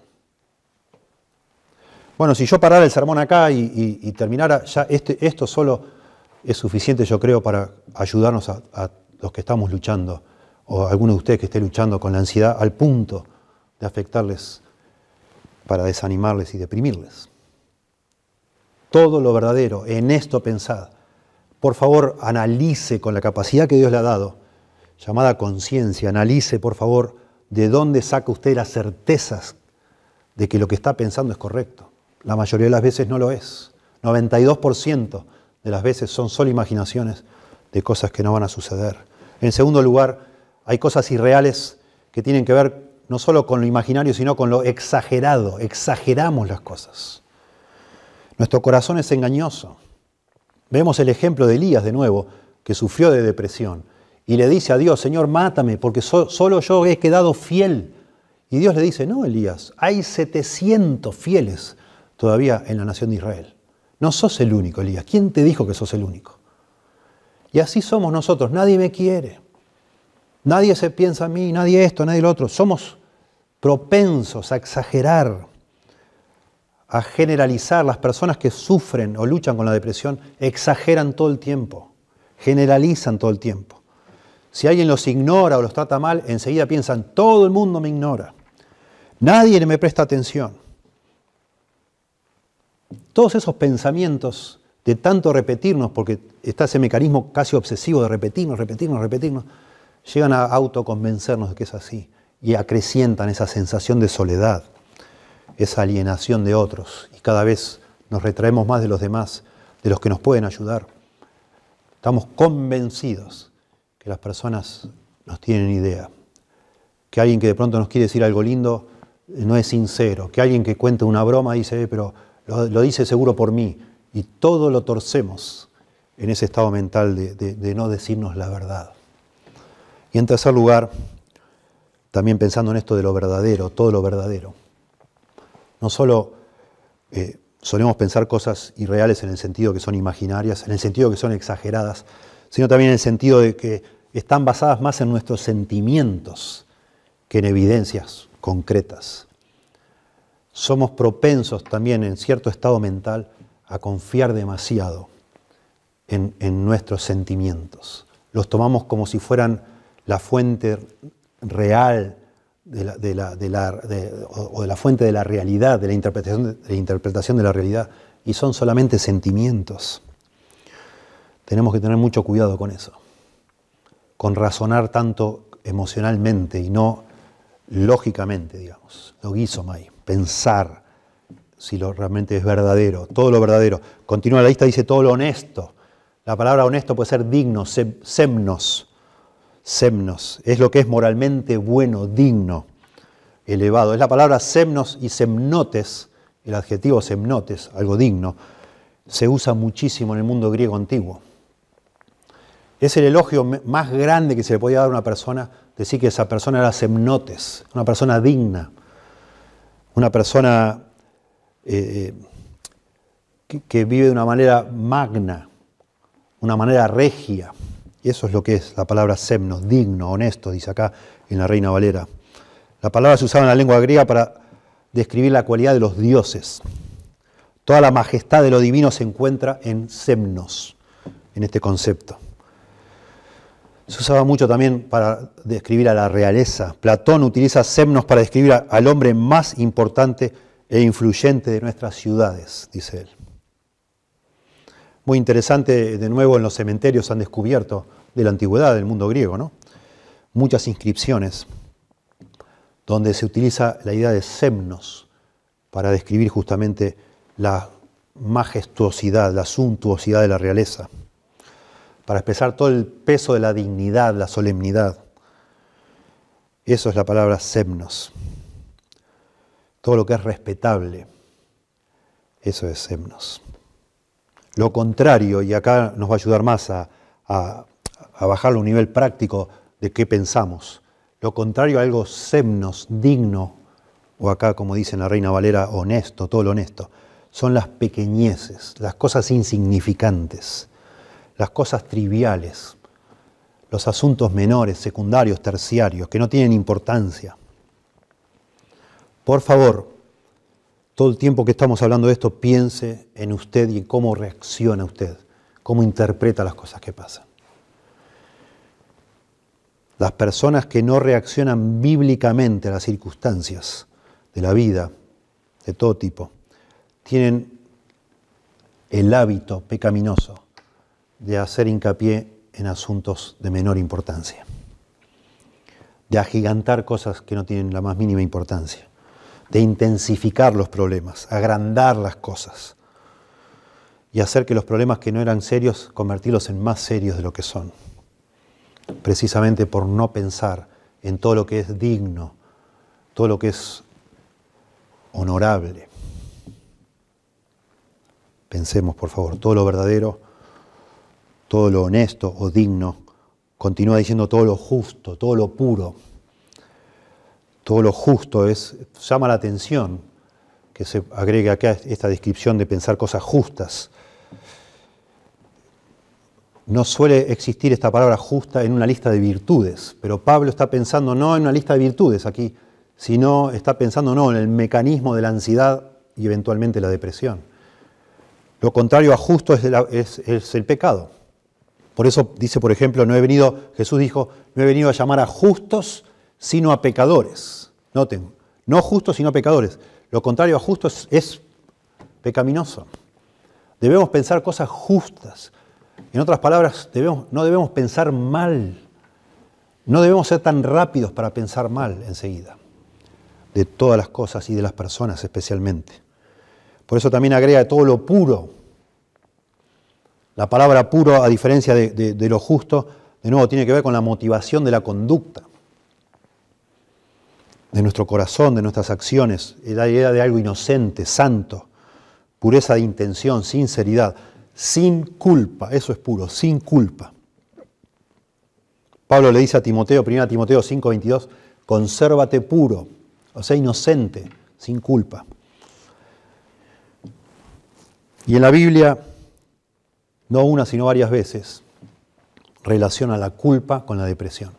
Bueno, si yo parara el sermón acá y, y, y terminara, ya este, esto solo es suficiente, yo creo, para ayudarnos a, a los que estamos luchando, o a alguno de ustedes que esté luchando con la ansiedad, al punto de afectarles, para desanimarles y deprimirles. Todo lo verdadero, en esto pensad. Por favor, analice con la capacidad que Dios le ha dado, llamada conciencia, analice, por favor, de dónde saca usted las certezas de que lo que está pensando es correcto. La mayoría de las veces no lo es. noventa y dos por ciento de las veces son solo imaginaciones de cosas que no van a suceder. En segundo lugar, hay cosas irreales que tienen que ver no solo con lo imaginario, sino con lo exagerado. Exageramos las cosas. Nuestro corazón es engañoso. Vemos el ejemplo de Elías de nuevo, que sufrió de depresión. Y le dice a Dios, Señor, mátame, porque so, solo yo he quedado fiel. Y Dios le dice, no, Elías, hay setecientos fieles todavía en la nación de Israel. No sos el único, Elías. ¿Quién te dijo que sos el único? Y así somos nosotros. Nadie me quiere. Nadie se piensa en mí, nadie esto, nadie lo otro. Somos propensos a exagerar, a generalizar. Las personas que sufren o luchan con la depresión exageran todo el tiempo, generalizan todo el tiempo. Si alguien los ignora o los trata mal, enseguida piensan, todo el mundo me ignora. Nadie me presta atención. Todos esos pensamientos de tanto repetirnos, porque está ese mecanismo casi obsesivo de repetirnos, repetirnos, repetirnos, llegan a autoconvencernos de que es así y acrecientan esa sensación de soledad, esa alienación de otros, y cada vez nos retraemos más de los demás, de los que nos pueden ayudar. Estamos convencidos que las personas nos tienen idea, que alguien que de pronto nos quiere decir algo lindo no es sincero, que alguien que cuenta una broma dice, eh, pero lo, lo dice seguro por mí, y todo lo torcemos en ese estado mental de, de, de no decirnos la verdad. Y en tercer lugar, también pensando en esto de lo verdadero, todo lo verdadero. No solo eh, solemos pensar cosas irreales en el sentido que son imaginarias, en el sentido que son exageradas, sino también en el sentido de que están basadas más en nuestros sentimientos que en evidencias concretas. Somos propensos también en cierto estado mental a confiar demasiado en, en nuestros sentimientos. Los tomamos como si fueran la fuente real de la, de la, de la, de, o, o de la fuente de la realidad, de la interpretación de, de la interpretación de la realidad, y son solamente sentimientos. Tenemos que tener mucho cuidado con eso, con razonar tanto emocionalmente y no lógicamente, digamos, logizomai, pensar si lo realmente es verdadero, todo lo verdadero. Continúa la lista, dice todo lo honesto. La palabra honesto puede ser digno, semnos. Semnos, es lo que es moralmente bueno, digno, elevado. Es la palabra semnos y semnotes, el adjetivo semnotes, algo digno, se usa muchísimo en el mundo griego antiguo. Es el elogio más grande que se le podía dar a una persona, decir que esa persona era semnotes, una persona digna, una persona eh, que, que vive de una manera magna, una manera regia. Y eso es lo que es la palabra semnos, digno, honesto, dice acá en la Reina Valera. La palabra se usaba en la lengua griega para describir la cualidad de los dioses. Toda la majestad de lo divino se encuentra en semnos, en este concepto. Se usaba mucho también para describir a la realeza. Platón utiliza semnos para describir al hombre más importante e influyente de nuestras ciudades, dice él. Muy interesante, de nuevo en los cementerios han descubierto de la antigüedad del mundo griego, ¿no? Muchas inscripciones donde se utiliza la idea de semnos para describir justamente la majestuosidad, la suntuosidad de la realeza, para expresar todo el peso de la dignidad, la solemnidad. Eso es la palabra semnos. Todo lo que es respetable, eso es semnos. Lo contrario, y acá nos va a ayudar más a, a, a bajarlo a un nivel práctico de qué pensamos. Lo contrario a algo semnos, digno, o acá, como dice en la Reina Valera, honesto, todo lo honesto, son las pequeñeces, las cosas insignificantes, las cosas triviales, los asuntos menores, secundarios, terciarios, que no tienen importancia. Por favor, todo el tiempo que estamos hablando de esto, piense en usted y en cómo reacciona usted, cómo interpreta las cosas que pasan. Las personas que no reaccionan bíblicamente a las circunstancias de la vida, de todo tipo, tienen el hábito pecaminoso de hacer hincapié en asuntos de menor importancia, de agigantar cosas que no tienen la más mínima importancia, de intensificar los problemas, agrandar las cosas y hacer que los problemas que no eran serios, convertirlos en más serios de lo que son, precisamente por no pensar en todo lo que es digno, todo lo que es honorable. Pensemos, por favor, todo lo verdadero, todo lo honesto o digno, continúa diciendo todo lo justo, todo lo puro. Todo lo justo es, llama la atención que se agregue acá esta descripción de pensar cosas justas. No suele existir esta palabra justa en una lista de virtudes, pero Pablo está pensando no en una lista de virtudes aquí, sino está pensando no en el mecanismo de la ansiedad y eventualmente la depresión. Lo contrario a justo es, la, es, es el pecado. Por eso dice, por ejemplo, no he venido, Jesús dijo, no he venido a llamar a justos, sino a pecadores. Noten, no justos, sino pecadores. Lo contrario a justos es, es pecaminoso. Debemos pensar cosas justas. En otras palabras, debemos, no debemos pensar mal. No debemos ser tan rápidos para pensar mal enseguida. De todas las cosas y de las personas especialmente. Por eso también agrega todo lo puro. La palabra puro, a diferencia de, de, de lo justo, de nuevo tiene que ver con la motivación de la conducta, de nuestro corazón, de nuestras acciones, la idea de algo inocente, santo, pureza de intención, sinceridad, sin culpa, eso es puro, sin culpa. Pablo le dice a Timoteo, primera Timoteo cinco veintidós, consérvate puro, o sea, inocente, sin culpa. Y en la Biblia, no una sino varias veces, relaciona la culpa con la depresión.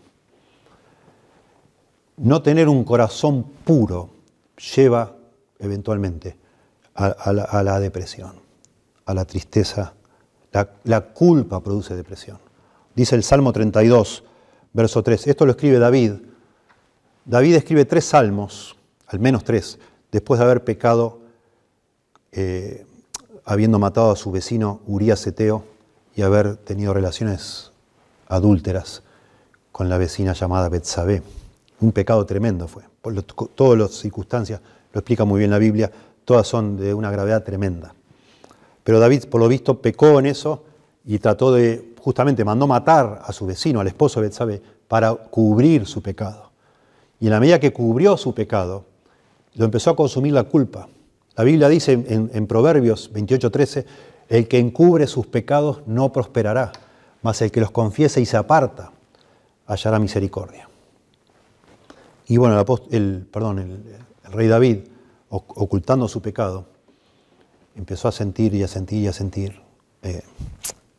No tener un corazón puro lleva eventualmente a, a, la, a la depresión, a la tristeza. La, la culpa produce depresión. Dice el Salmo treinta y dos, verso tres. Esto lo escribe David. David escribe tres salmos, al menos tres, después de haber pecado, eh, habiendo matado a su vecino Urías Eteo y haber tenido relaciones adúlteras con la vecina llamada Betsabé. Un pecado tremendo fue. Por lo, todas las circunstancias, lo explica muy bien la Biblia, todas son de una gravedad tremenda. Pero David, por lo visto, pecó en eso y trató de, justamente mandó matar a su vecino, al esposo de Betsabé, para cubrir su pecado. Y en la medida que cubrió su pecado, lo empezó a consumir la culpa. La Biblia dice en, en Proverbios veintiocho trece, el que encubre sus pecados no prosperará, mas el que los confiesa y se aparta hallará misericordia. Y bueno, el, apost- el, perdón, el, el rey David, ocultando su pecado, empezó a sentir y a sentir y a sentir eh,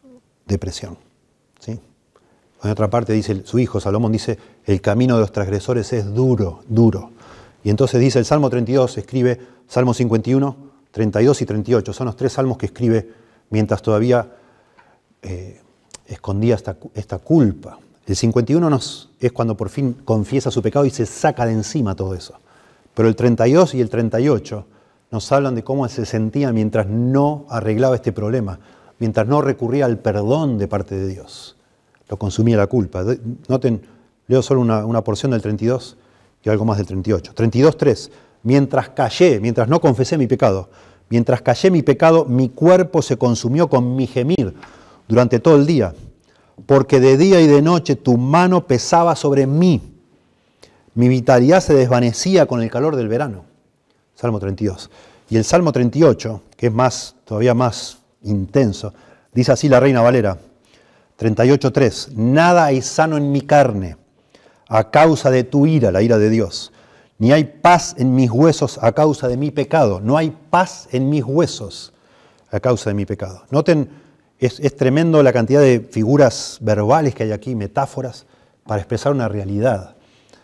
depresión. ¿Sí? En otra parte dice, su hijo Salomón dice, el camino de los transgresores es duro, duro. Y entonces dice el Salmo treinta y dos, escribe Salmo cincuenta y uno, treinta y dos y treinta y ocho. Son los tres salmos que escribe mientras todavía eh, escondía esta, esta culpa. El cincuenta y uno nos, es cuando por fin confiesa su pecado y se saca de encima todo eso. Pero el treinta y dos y el treinta y ocho nos hablan de cómo se sentía mientras no arreglaba este problema, mientras no recurría al perdón de parte de Dios. Lo consumía la culpa. Noten, leo solo una, una porción del treinta y dos y algo más del treinta y ocho. treinta y dos, tres. Mientras callé, mientras no confesé mi pecado, mientras callé mi pecado, mi cuerpo se consumió con mi gemir durante todo el día, porque de día y de noche tu mano pesaba sobre mí. Mi vitalidad se desvanecía con el calor del verano. Salmo treinta y dos. Y el Salmo treinta y ocho, que es más, todavía más intenso, dice así la Reina Valera, treinta y ocho, tres. Nada hay sano en mi carne a causa de tu ira, la ira de Dios. Ni hay paz en mis huesos a causa de mi pecado. No hay paz en mis huesos a causa de mi pecado. Noten, es, es tremendo la cantidad de figuras verbales que hay aquí, metáforas, para expresar una realidad.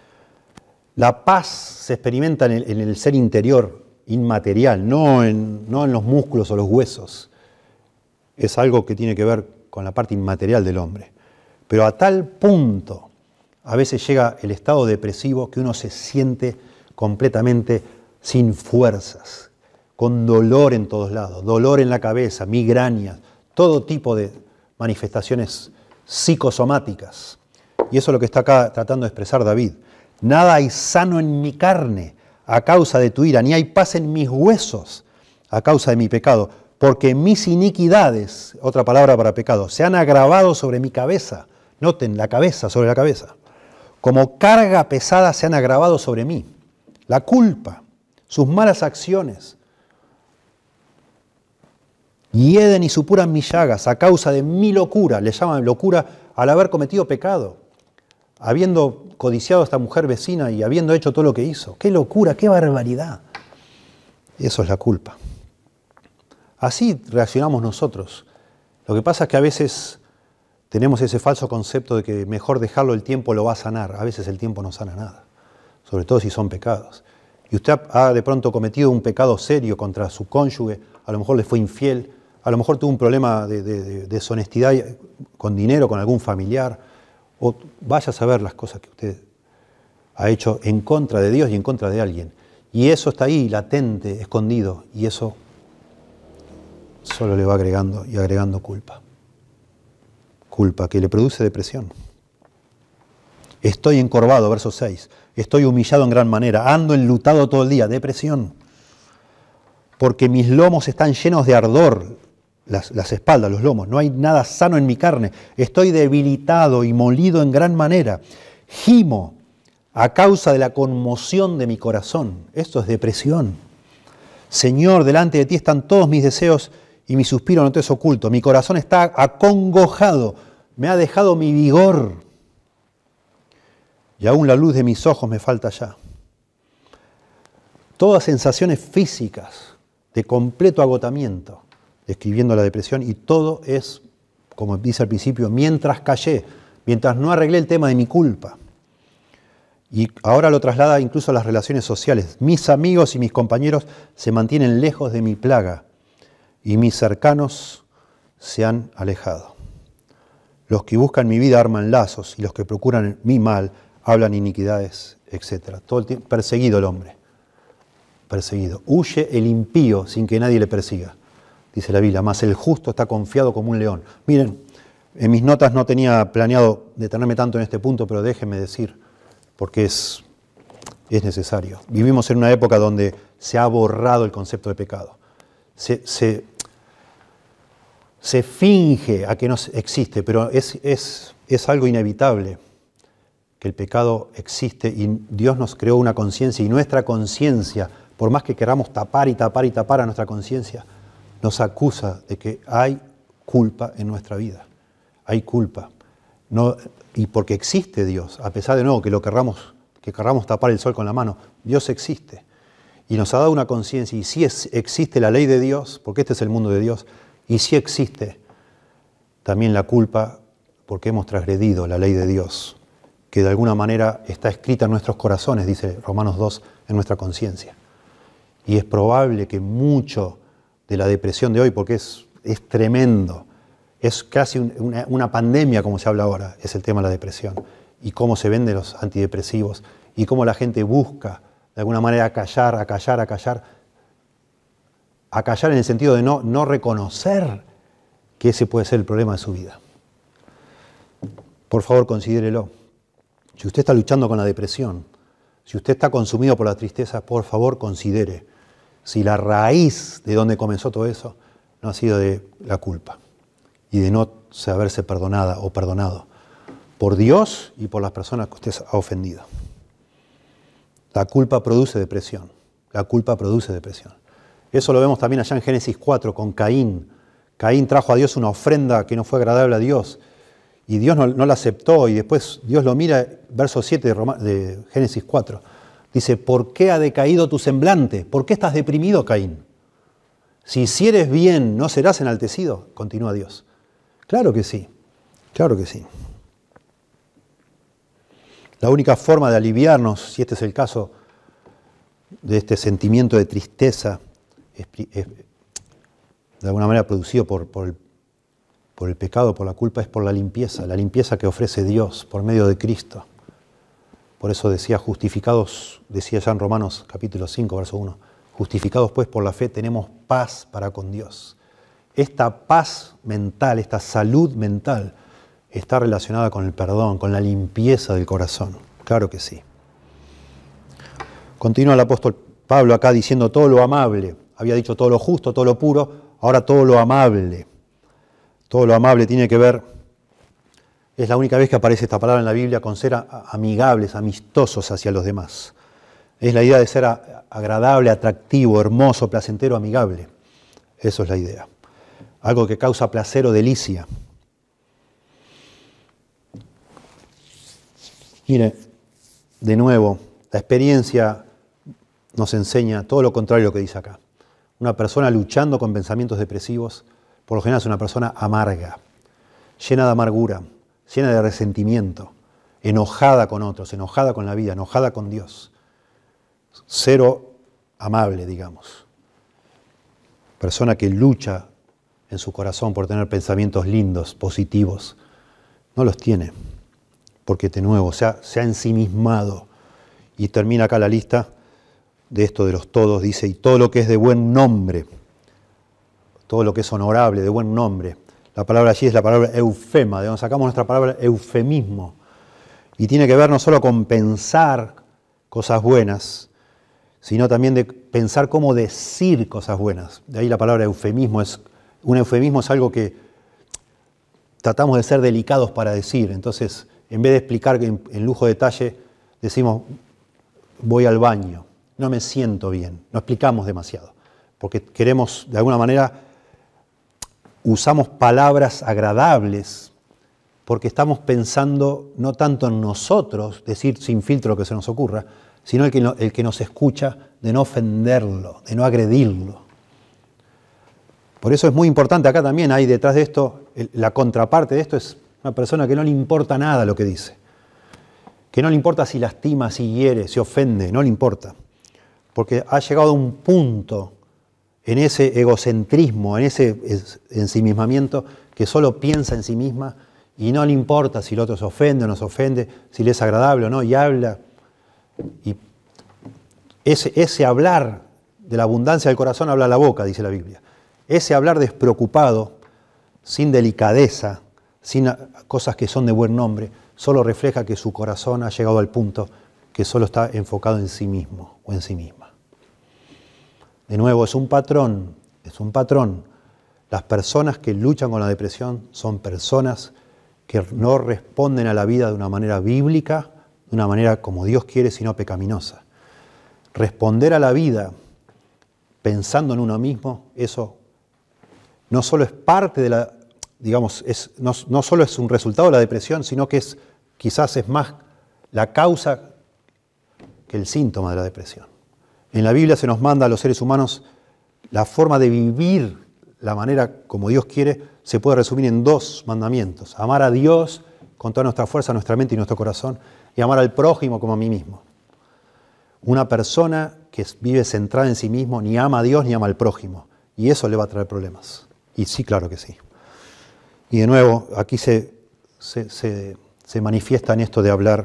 La paz se experimenta en el, en el ser interior, inmaterial, no en, no en los músculos o los huesos. Es algo que tiene que ver con la parte inmaterial del hombre. Pero a tal punto, a veces llega el estado depresivo que uno se siente completamente sin fuerzas, con dolor en todos lados, dolor en la cabeza, migrañas, todo tipo de manifestaciones psicosomáticas. Y eso es lo que está acá tratando de expresar David. Nada hay sano en mi carne a causa de tu ira, ni hay paz en mis huesos a causa de mi pecado, porque mis iniquidades, otra palabra para pecado, se han agravado sobre mi cabeza. Noten, la cabeza, sobre la cabeza. Como carga pesada se han agravado sobre mí. La culpa, sus malas acciones, hieden y supuran mis llagas a causa de mi locura. Le llaman locura al haber cometido pecado, habiendo codiciado a esta mujer vecina y habiendo hecho todo lo que hizo. ¡Qué locura, qué barbaridad! Eso es la culpa. Así reaccionamos nosotros. Lo que pasa es que a veces tenemos ese falso concepto de que mejor dejarlo, el tiempo lo va a sanar. A veces el tiempo no sana nada, sobre todo si son pecados. Y usted ha de pronto cometido un pecado serio contra su cónyuge, a lo mejor le fue infiel, a lo mejor tuvo un problema de, de, de deshonestidad con dinero, con algún familiar, o vaya a saber las cosas que usted ha hecho en contra de Dios y en contra de alguien. Y eso está ahí, latente, escondido, y eso solo le va agregando y agregando culpa. Culpa que le produce depresión. Estoy encorvado, verso seis. Estoy humillado en gran manera. Ando enlutado todo el día. Depresión. Porque mis lomos están llenos de ardor. Las, las espaldas, los lomos. No hay nada sano en mi carne. Estoy debilitado y molido en gran manera. Gimo a causa de la conmoción de mi corazón. Esto es depresión. Señor, delante de ti están todos mis deseos y mi suspiro no te es oculto. Mi corazón está acongojado. Me ha dejado mi vigor. Y aún la luz de mis ojos me falta ya. Todas sensaciones físicas de completo agotamiento, describiendo la depresión, y todo es, como dice al principio, mientras callé, mientras no arreglé el tema de mi culpa. Y ahora lo traslada incluso a las relaciones sociales. Mis amigos y mis compañeros se mantienen lejos de mi plaga y mis cercanos se han alejado. Los que buscan mi vida arman lazos y los que procuran mi mal hablan iniquidades, etcétera. Todo el tiempo perseguido el hombre. Perseguido. Huye el impío sin que nadie le persiga, dice la Biblia, mas el justo está confiado como un león. Miren, en mis notas no tenía planeado detenerme tanto en este punto, pero déjenme decir, porque es, es necesario. Vivimos en una época donde se ha borrado el concepto de pecado. Se, se, se finge a que no existe, pero es, es, es algo inevitable que el pecado existe y Dios nos creó una conciencia y nuestra conciencia, por más que queramos tapar y tapar y tapar a nuestra conciencia, nos acusa de que hay culpa en nuestra vida. Hay culpa. No, y porque existe Dios, a pesar de nuevo que lo querramos, que querramos tapar el sol con la mano, Dios existe. Y nos ha dado una conciencia, y sí es, existe la ley de Dios, porque este es el mundo de Dios, y sí existe también la culpa porque hemos transgredido la ley de Dios, que de alguna manera está escrita en nuestros corazones, dice Romanos dos, en nuestra conciencia. Y es probable que mucho de la depresión de hoy, porque es, es tremendo, es casi un, una, una pandemia como se habla ahora, es el tema de la depresión, y cómo se venden los antidepresivos, y cómo la gente busca de alguna manera acallar, acallar, acallar, acallar en el sentido de no, no reconocer que ese puede ser el problema de su vida. Por favor, considérelo. Si usted está luchando con la depresión, si usted está consumido por la tristeza, por favor, considere si la raíz de donde comenzó todo eso no ha sido de la culpa y de no saberse perdonada o perdonado por Dios y por las personas que usted ha ofendido. La culpa produce depresión. La culpa produce depresión. Eso lo vemos también allá en Génesis cuatro con Caín. Caín trajo a Dios una ofrenda que no fue agradable a Dios y Dios no, no la aceptó, y después Dios lo mira, verso siete de, Roma, de Génesis cuatro. Dice, ¿por qué ha decaído tu semblante? ¿Por qué estás deprimido, Caín? Si hicieres bien, ¿no serás enaltecido? Continúa Dios. Claro que sí, claro que sí. La única forma de aliviarnos, si este es el caso, de este sentimiento de tristeza, es, es, de alguna manera producido por, por, el, por el pecado, por la culpa, es por la limpieza, la limpieza que ofrece Dios por medio de Cristo. Por eso decía, justificados, decía ya en Romanos capítulo cinco, verso uno, justificados pues por la fe tenemos paz para con Dios. Esta paz mental, esta salud mental, está relacionada con el perdón, con la limpieza del corazón. Claro que sí. Continúa el apóstol Pablo acá diciendo todo lo amable. Había dicho todo lo justo, todo lo puro, ahora todo lo amable. Todo lo amable tiene que ver, es la única vez que aparece esta palabra en la Biblia, con ser amigables, amistosos hacia los demás. Es la idea de ser agradable, atractivo, hermoso, placentero, amigable. Eso es la idea. Algo que causa placer o delicia. Mire, de nuevo, la experiencia nos enseña todo lo contrario a lo que dice acá. Una persona luchando con pensamientos depresivos, por lo general es una persona amarga, llena de amargura, llena de resentimiento, enojada con otros, enojada con la vida, enojada con Dios. Cero amable, digamos. Persona que lucha en su corazón por tener pensamientos lindos, positivos, no los tiene, porque de nuevo se ha, se ha ensimismado. Y termina acá la lista de esto de los todos, dice, y todo lo que es de buen nombre, todo lo que es honorable, de buen nombre. La palabra allí es la palabra eufema, de donde sacamos nuestra palabra eufemismo. Y tiene que ver no solo con pensar cosas buenas, sino también de pensar cómo decir cosas buenas. De ahí la palabra eufemismo. Es, un eufemismo es algo que tratamos de ser delicados para decir. Entonces, en vez de explicar en, en lujo de detalle, decimos, voy al baño, no me siento bien. No explicamos demasiado, porque queremos, de alguna manera, usamos palabras agradables, porque estamos pensando no tanto en nosotros, decir sin filtro lo que se nos ocurra, sino el que, no, el que nos escucha, de no ofenderlo, de no agredirlo. Por eso es muy importante, acá también hay detrás de esto, el, la contraparte de esto es una persona que no le importa nada lo que dice, que no le importa si lastima, si hiere, si ofende, no le importa, porque ha llegado a un punto en ese egocentrismo, en ese ensimismamiento, que solo piensa en sí misma y no le importa si el otro se ofende o no se ofende, si le es agradable o no, y habla. Y ese, ese hablar de la abundancia del corazón habla la boca, dice la Biblia. Ese hablar despreocupado, sin delicadeza, sin cosas que son de buen nombre, solo refleja que su corazón ha llegado al punto que solo está enfocado en sí mismo o en sí misma. De nuevo, es un patrón, es un patrón. Las personas que luchan con la depresión son personas que no responden a la vida de una manera bíblica, de una manera como Dios quiere, sino pecaminosa. Responder a la vida pensando en uno mismo, eso no solo es parte de la, digamos, es, no, no solo es un resultado de la depresión, sino que es, quizás es más la causa que el síntoma de la depresión. En la Biblia se nos manda a los seres humanos la forma de vivir la manera como Dios quiere, se puede resumir en dos mandamientos. Amar a Dios con toda nuestra fuerza, nuestra mente y nuestro corazón, y amar al prójimo como a mí mismo. Una persona que vive centrada en sí mismo ni ama a Dios ni ama al prójimo, y eso le va a traer problemas. Y sí, claro que sí. Y de nuevo, aquí se, se, se, se manifiesta en esto de hablar,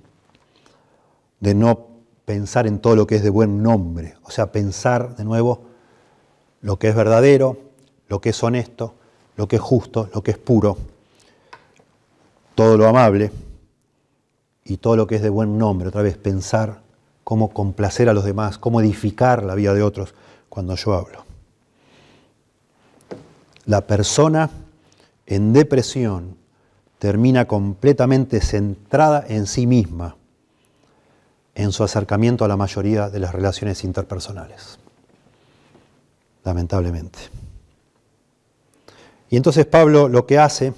de no pensar en todo lo que es de buen nombre, o sea, pensar de nuevo lo que es verdadero, lo que es honesto, lo que es justo, lo que es puro, todo lo amable y todo lo que es de buen nombre. Otra vez, pensar cómo complacer a los demás, cómo edificar la vida de otros cuando yo hablo. La persona en depresión termina completamente centrada en sí misma, en su acercamiento a la mayoría de las relaciones interpersonales. Lamentablemente. Y entonces Pablo lo que hace,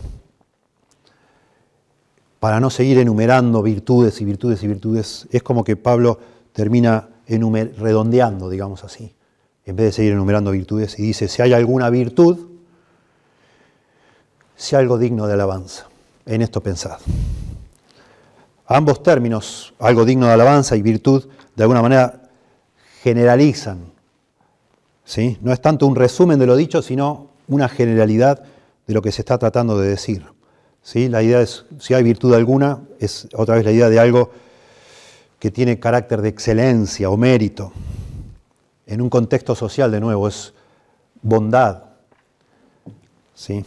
para no seguir enumerando virtudes y virtudes y virtudes, es como que Pablo termina enumer- redondeando, digamos así, en vez de seguir enumerando virtudes, y dice, si hay alguna virtud, si hay algo digno de alabanza, en esto pensad. Ambos términos, algo digno de alabanza y virtud, de alguna manera generalizan, ¿sí? No es tanto un resumen de lo dicho, sino una generalidad de lo que se está tratando de decir. ¿Sí? La idea es, si hay virtud alguna, es otra vez la idea de algo que tiene carácter de excelencia o mérito. En un contexto social, de nuevo, es bondad. ¿Sí?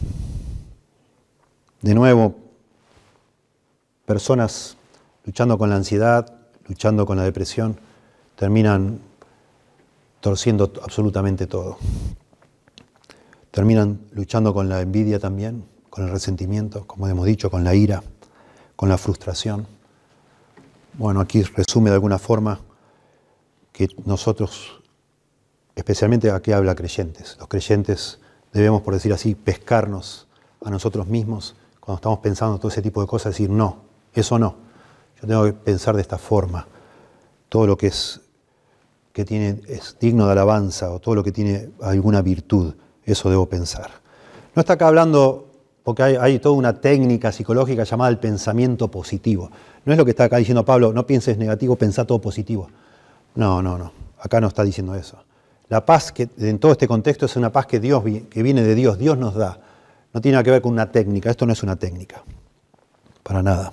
De nuevo, personas luchando con la ansiedad, luchando con la depresión, terminan torciendo absolutamente todo. Terminan luchando con la envidia también, con el resentimiento, como hemos dicho, con la ira, con la frustración. Bueno, aquí resume de alguna forma que nosotros, especialmente aquí habla creyentes, los creyentes debemos, por decir así, pescarnos a nosotros mismos cuando estamos pensando todo ese tipo de cosas, decir no, eso no. Yo tengo que pensar de esta forma. Todo lo que es, que tiene, es digno de alabanza o todo lo que tiene alguna virtud, eso debo pensar. No está acá hablando, porque hay, hay toda una técnica psicológica llamada el pensamiento positivo. No es lo que está acá diciendo Pablo, no pienses negativo, pensá todo positivo. No, no, no. Acá no está diciendo eso. La paz que en todo este contexto es una paz que Dios, que viene de Dios, Dios nos da. No tiene nada que ver con una técnica, esto no es una técnica. Para nada.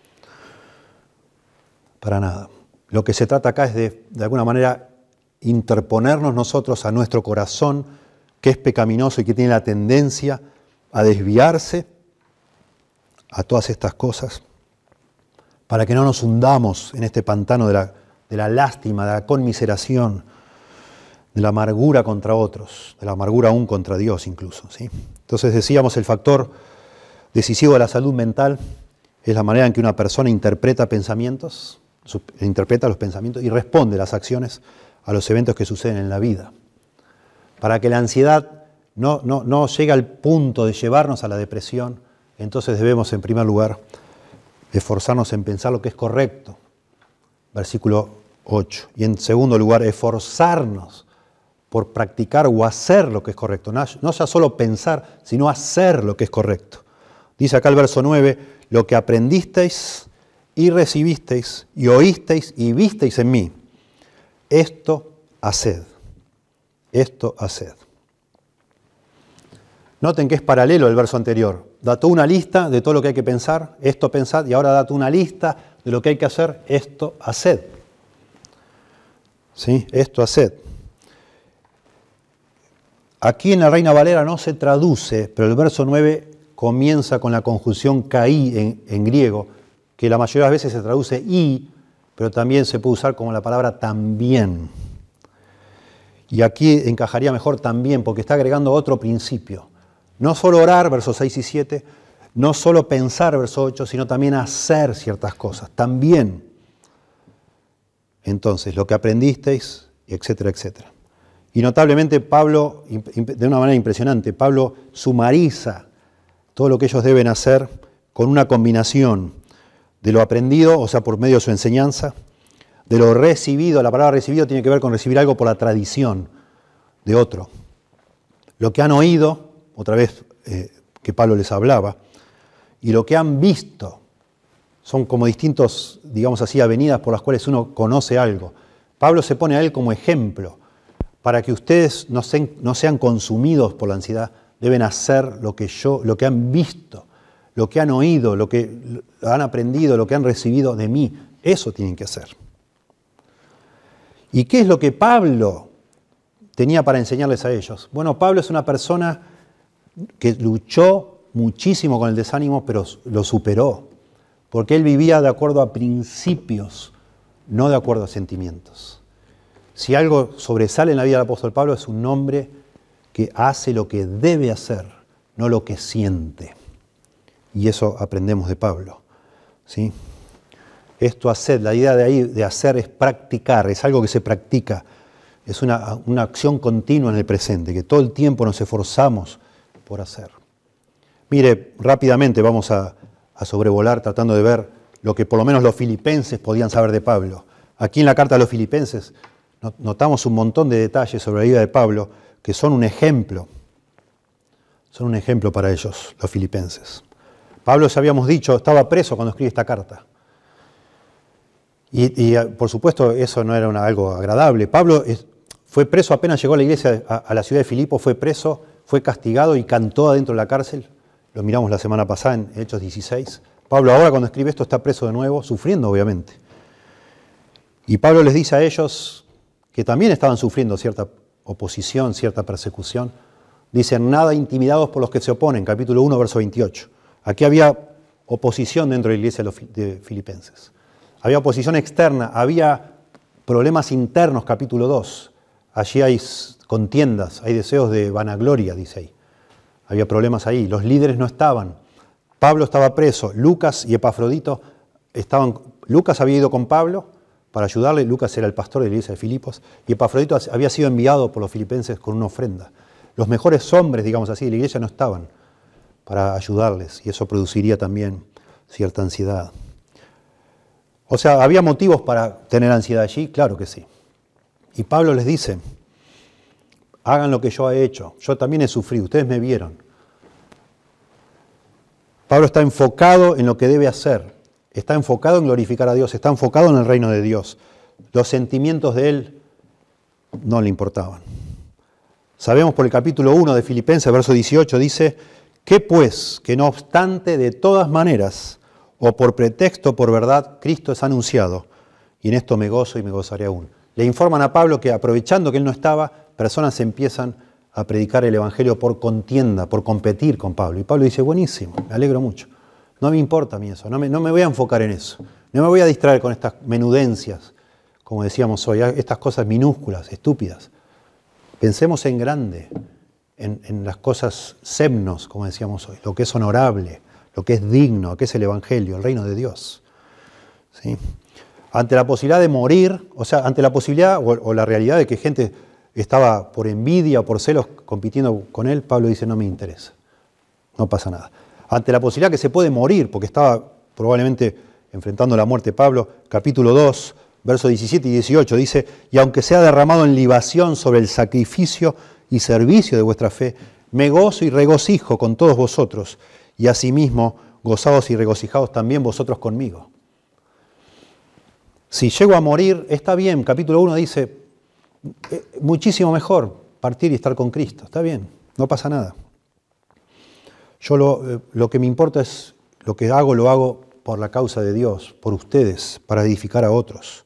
Para nada. Lo que se trata acá es de, de alguna manera, interponernos nosotros a nuestro corazón, que es pecaminoso y que tiene la tendencia a desviarse a todas estas cosas, para que no nos hundamos en este pantano de la, de la lástima, de la conmiseración, de la amargura contra otros, de la amargura aún contra Dios incluso, ¿sí? Entonces decíamos, el factor decisivo de la salud mental es la manera en que una persona interpreta pensamientos, interpreta los pensamientos y responde las acciones a los eventos que suceden en la vida. Para que la ansiedad no, no, no llegue al punto de llevarnos a la depresión, entonces debemos, en primer lugar, esforzarnos en pensar lo que es correcto, versículo ocho. Y en segundo lugar, esforzarnos por practicar o hacer lo que es correcto. No, no ya solo pensar, sino hacer lo que es correcto. Dice acá el verso nueve, lo que aprendisteis y recibisteis y oísteis y visteis en mí, esto haced. Esto haced. Noten que es paralelo el verso anterior. Da toda una lista de todo lo que hay que pensar, esto pensad, y ahora da toda una lista de lo que hay que hacer, esto haced. ¿Sí? Esto haced. Aquí en la Reina Valera no se traduce, pero el verso nueve comienza con la conjunción kai en, en griego, que la mayoría de las veces se traduce y, pero también se puede usar como la palabra también. Y aquí encajaría mejor también, porque está agregando otro principio. No solo orar, versos seis y siete, no solo pensar, verso ocho, sino también hacer ciertas cosas. También. Entonces, lo que aprendisteis, etcétera, etcétera. Y notablemente Pablo, de una manera impresionante, Pablo sumariza todo lo que ellos deben hacer con una combinación de lo aprendido, o sea, por medio de su enseñanza, de lo recibido. La palabra recibido tiene que ver con recibir algo por la tradición de otro. lo que han oído, otra vez eh, que Pablo les hablaba, y lo que han visto. Son como distintos, digamos así, avenidas por las cuales uno conoce algo. Pablo se pone a él como ejemplo. Para que ustedes no sean, no sean consumidos por la ansiedad, deben hacer lo que yo, lo que han visto, lo que han oído, lo que han aprendido, lo que han recibido de mí. Eso tienen que hacer. ¿Y qué es lo que Pablo tenía para enseñarles a ellos? Bueno, Pablo es una persona que luchó muchísimo con el desánimo, pero lo superó. Porque él vivía de acuerdo a principios, no de acuerdo a sentimientos. Si algo sobresale en la vida del apóstol Pablo, es un hombre que hace lo que debe hacer, no lo que siente. Y eso aprendemos de Pablo, ¿sí? Esto hacer, la idea de ahí de hacer es practicar, es algo que se practica, es una, una acción continua en el presente, que todo el tiempo nos esforzamos por hacer. Mire, rápidamente vamos a, a sobrevolar tratando de ver lo que por lo menos los filipenses podían saber de Pablo. Aquí en la carta a los filipenses notamos un montón de detalles sobre la vida de Pablo que son un ejemplo, son un ejemplo para ellos, los filipenses. Pablo, ya habíamos dicho, estaba preso cuando escribe esta carta. Y, y por supuesto eso no era una, algo agradable. Pablo es, fue preso apenas llegó a la iglesia, a, a la ciudad de Filipo, fue preso, fue castigado y cantó adentro de la cárcel. Lo miramos la semana pasada en Hechos dieciséis. Pablo ahora cuando escribe esto está preso de nuevo, sufriendo obviamente. Y Pablo les dice a ellos que también estaban sufriendo cierta oposición, cierta persecución. Dicen, nada intimidados por los que se oponen, capítulo uno, verso veintiocho. Aquí había oposición dentro de la iglesia de Filipenses. Había oposición externa, había problemas internos, capítulo dos. Allí hay contiendas, hay deseos de vanagloria, dice ahí. Había problemas ahí, los líderes no estaban. Pablo estaba preso, Lucas y Epafrodito estaban... Lucas había ido con Pablo para ayudarle, Lucas era el pastor de la iglesia de Filipos, y Epafrodito había sido enviado por los filipenses con una ofrenda. Los mejores hombres, digamos así, de la iglesia no estaban para ayudarles, y eso produciría también cierta ansiedad. O sea, ¿había motivos para tener ansiedad allí? Claro que sí. Y Pablo les dice, hagan lo que yo he hecho, yo también he sufrido, ustedes me vieron. Pablo está enfocado en lo que debe hacer, está enfocado en glorificar a Dios, está enfocado en el reino de Dios. Los sentimientos de él no le importaban. Sabemos por el capítulo uno de Filipenses, verso dieciocho, dice, ¿qué pues? Que no obstante de todas maneras, o por pretexto, por verdad, Cristo es anunciado, y en esto me gozo y me gozaré aún. Le informan a Pablo que aprovechando que él no estaba, personas empiezan a predicar el Evangelio por contienda, por competir con Pablo. Y Pablo dice, buenísimo, me alegro mucho. No me importa a mí eso, no me, no me voy a enfocar en eso. No me voy a distraer con estas menudencias, como decíamos hoy, estas cosas minúsculas, estúpidas. Pensemos en grande, en, en las cosas semnos, como decíamos hoy, lo que es honorable, lo que es digno, que es el Evangelio, el reino de Dios. ¿Sí? Ante la posibilidad de morir, o sea, ante la posibilidad o, o la realidad de que gente estaba por envidia o por celos compitiendo con él, Pablo dice, no me interesa, no pasa nada. Ante la posibilidad que se puede morir, porque estaba probablemente enfrentando la muerte, Pablo, capítulo dos, versos diecisiete y dieciocho, dice, y aunque sea derramado en libación sobre el sacrificio y servicio de vuestra fe, me gozo y regocijo con todos vosotros, y asimismo gozados y regocijados también vosotros conmigo. Si llego a morir, está bien, capítulo uno dice, eh, muchísimo mejor partir y estar con Cristo, está bien, no pasa nada. Yo lo, eh, lo que me importa es, lo que hago, lo hago por la causa de Dios, por ustedes, para edificar a otros.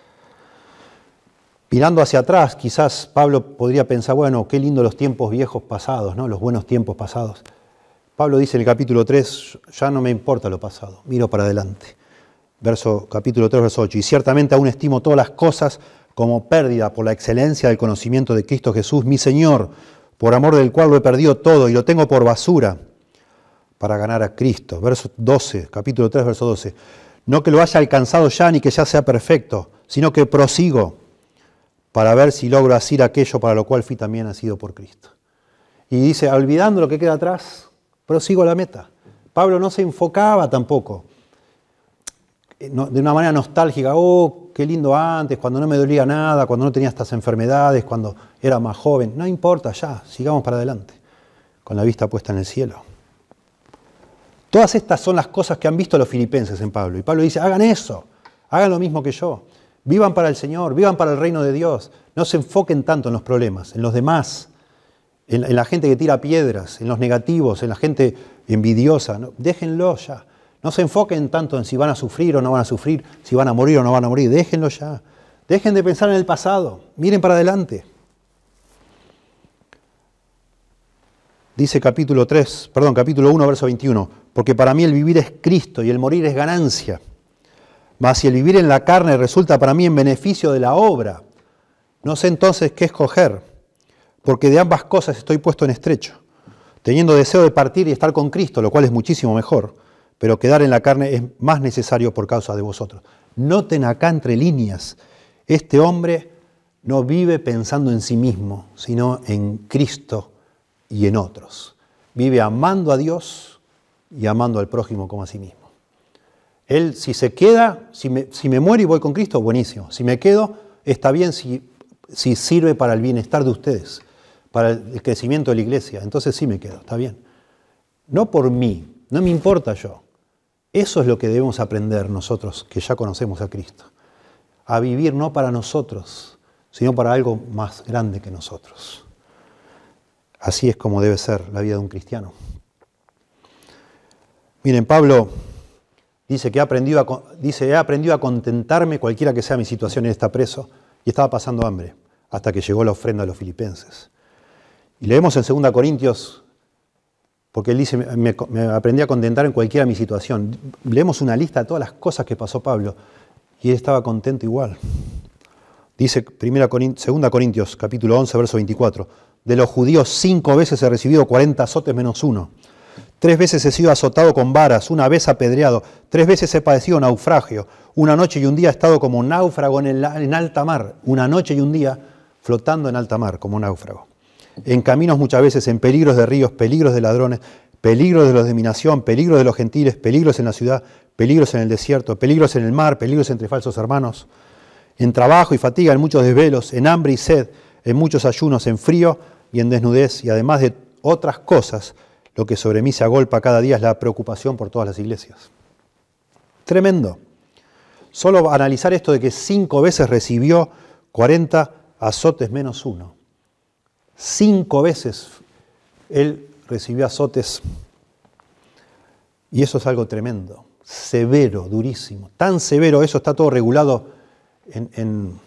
Mirando hacia atrás, quizás Pablo podría pensar, bueno, qué lindo los tiempos viejos pasados, ¿no? Los buenos tiempos pasados. Pablo dice en el capítulo tres, ya no me importa lo pasado, miro para adelante. Verso, capítulo tres, verso ocho, y ciertamente aún estimo todas las cosas como pérdida por la excelencia del conocimiento de Cristo Jesús, mi Señor, por amor del cual lo he perdido todo y lo tengo por basura para ganar a Cristo. Verso doce, capítulo tres, verso doce, no que lo haya alcanzado ya ni que ya sea perfecto, sino que prosigo para ver si logro asir aquello para lo cual fui también nacido por Cristo. Y dice, olvidando lo que queda atrás, prosigo a la meta. Pablo no se enfocaba tampoco de una manera nostálgica, oh, qué lindo antes, cuando no me dolía nada, cuando no tenía estas enfermedades, cuando era más joven. No importa, ya, sigamos para adelante, con la vista puesta en el cielo. Todas estas son las cosas que han visto los filipenses en Pablo. Y Pablo dice, hagan eso, hagan lo mismo que yo. Vivan para el Señor, vivan para el reino de Dios. No se enfoquen tanto en los problemas, en los demás, en, en la gente que tira piedras, en los negativos, en la gente envidiosa. ¿No? Déjenlo ya. No se enfoquen tanto en si van a sufrir o no van a sufrir, si van a morir o no van a morir. Déjenlo ya. Dejen de pensar en el pasado. Miren para adelante. Dice capítulo tres, perdón, capítulo uno, verso veintiuno. Porque para mí el vivir es Cristo y el morir es ganancia. Mas si el vivir en la carne resulta para mí en beneficio de la obra, no sé entonces qué escoger, porque de ambas cosas estoy puesto en estrecho, teniendo deseo de partir y estar con Cristo, lo cual es muchísimo mejor, pero quedar en la carne es más necesario por causa de vosotros. Noten acá entre líneas, este hombre no vive pensando en sí mismo, sino en Cristo y en otros. Vive amando a Dios y amando al prójimo como a sí mismo. Él, si se queda, si me, si me muero y voy con Cristo, buenísimo. Si me quedo, está bien si, si sirve para el bienestar de ustedes, para el crecimiento de la iglesia. Entonces sí me quedo, está bien. No por mí, no me importa yo. Eso es lo que debemos aprender nosotros, que ya conocemos a Cristo. A vivir no para nosotros, sino para algo más grande que nosotros. Así es como debe ser la vida de un cristiano. Miren, Pablo dice que ha aprendido a, dice, he aprendido a contentarme cualquiera que sea mi situación. Él está preso y estaba pasando hambre hasta que llegó la ofrenda de los filipenses. Y leemos en segunda Corintios, porque él dice, me, me aprendí a contentar en cualquiera mi situación. Leemos una lista de todas las cosas que pasó Pablo y él estaba contento igual. Dice segunda Corintios, capítulo once, verso veinticuatro. De los judíos cinco veces he recibido cuarenta azotes menos uno. Tres veces he sido azotado con varas, una vez apedreado, tres veces he padecido naufragio, una noche y un día he estado como náufrago en, el, en alta mar, una noche y un día flotando en alta mar como náufrago. En caminos muchas veces, en peligros de ríos, peligros de ladrones, peligros de los de mi nación, peligros de los gentiles, peligros en la ciudad, peligros en el desierto, peligros en el mar, peligros entre falsos hermanos, en trabajo y fatiga, en muchos desvelos, en hambre y sed, en muchos ayunos, en frío y en desnudez, y además de otras cosas, lo que sobre mí se agolpa cada día es la preocupación por todas las iglesias. Tremendo. Solo analizar esto de que cinco veces recibió cuarenta azotes menos uno. Cinco veces él recibió azotes. Y eso es algo tremendo, severo, durísimo. Tan severo, eso está todo regulado en, en,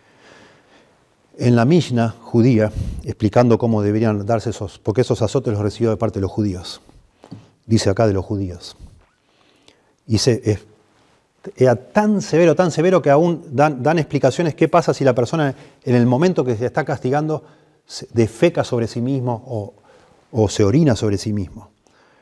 en la Mishnah judía, explicando cómo deberían darse esos, porque esos azotes los recibió de parte de los judíos. Dice acá de los judíos. Y se, es, era tan severo, tan severo que aún dan, dan explicaciones qué pasa si la persona en el momento que se está castigando se defeca sobre sí mismo o, o se orina sobre sí mismo.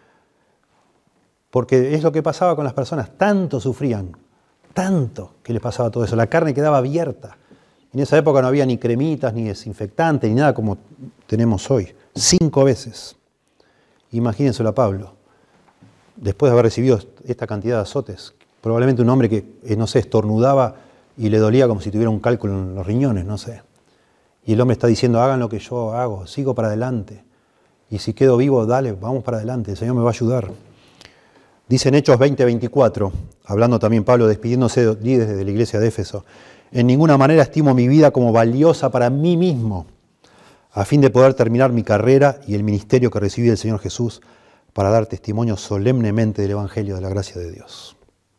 Porque es lo que pasaba con las personas, tanto sufrían, tanto que les pasaba todo eso. La carne quedaba abierta. En esa época no había ni cremitas, ni desinfectantes, ni nada como tenemos hoy. Cinco veces. Imagínenselo a Pablo. Después de haber recibido esta cantidad de azotes, probablemente un hombre que, no sé, estornudaba y le dolía como si tuviera un cálculo en los riñones, no sé. Y el hombre está diciendo, hagan lo que yo hago, sigo para adelante. Y si quedo vivo, dale, vamos para adelante, el Señor me va a ayudar. Dice en Hechos veinte, veinticuatro, hablando también Pablo, despidiéndose de líderes de la iglesia de Éfeso, en ninguna manera estimo mi vida como valiosa para mí mismo, a fin de poder terminar mi carrera y el ministerio que recibí del Señor Jesús para dar testimonio solemnemente del Evangelio de la gracia de Dios.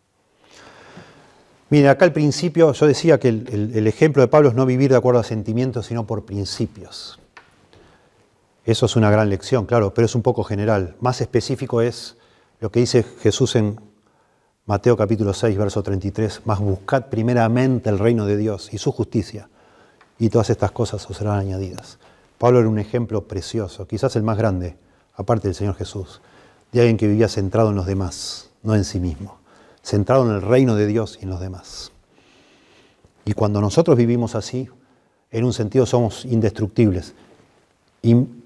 Miren, acá al principio yo decía que el, el, el ejemplo de Pablo es no vivir de acuerdo a sentimientos, sino por principios. Eso es una gran lección, claro, pero es un poco general. Más específico es lo que dice Jesús en Mateo capítulo seis, verso treinta y tres, mas buscad primeramente el reino de Dios y su justicia, y todas estas cosas os serán añadidas. Pablo era un ejemplo precioso, quizás el más grande, aparte del Señor Jesús, de alguien que vivía centrado en los demás, no en sí mismo, centrado en el reino de Dios y en los demás. Y cuando nosotros vivimos así, en un sentido somos indestructibles, in,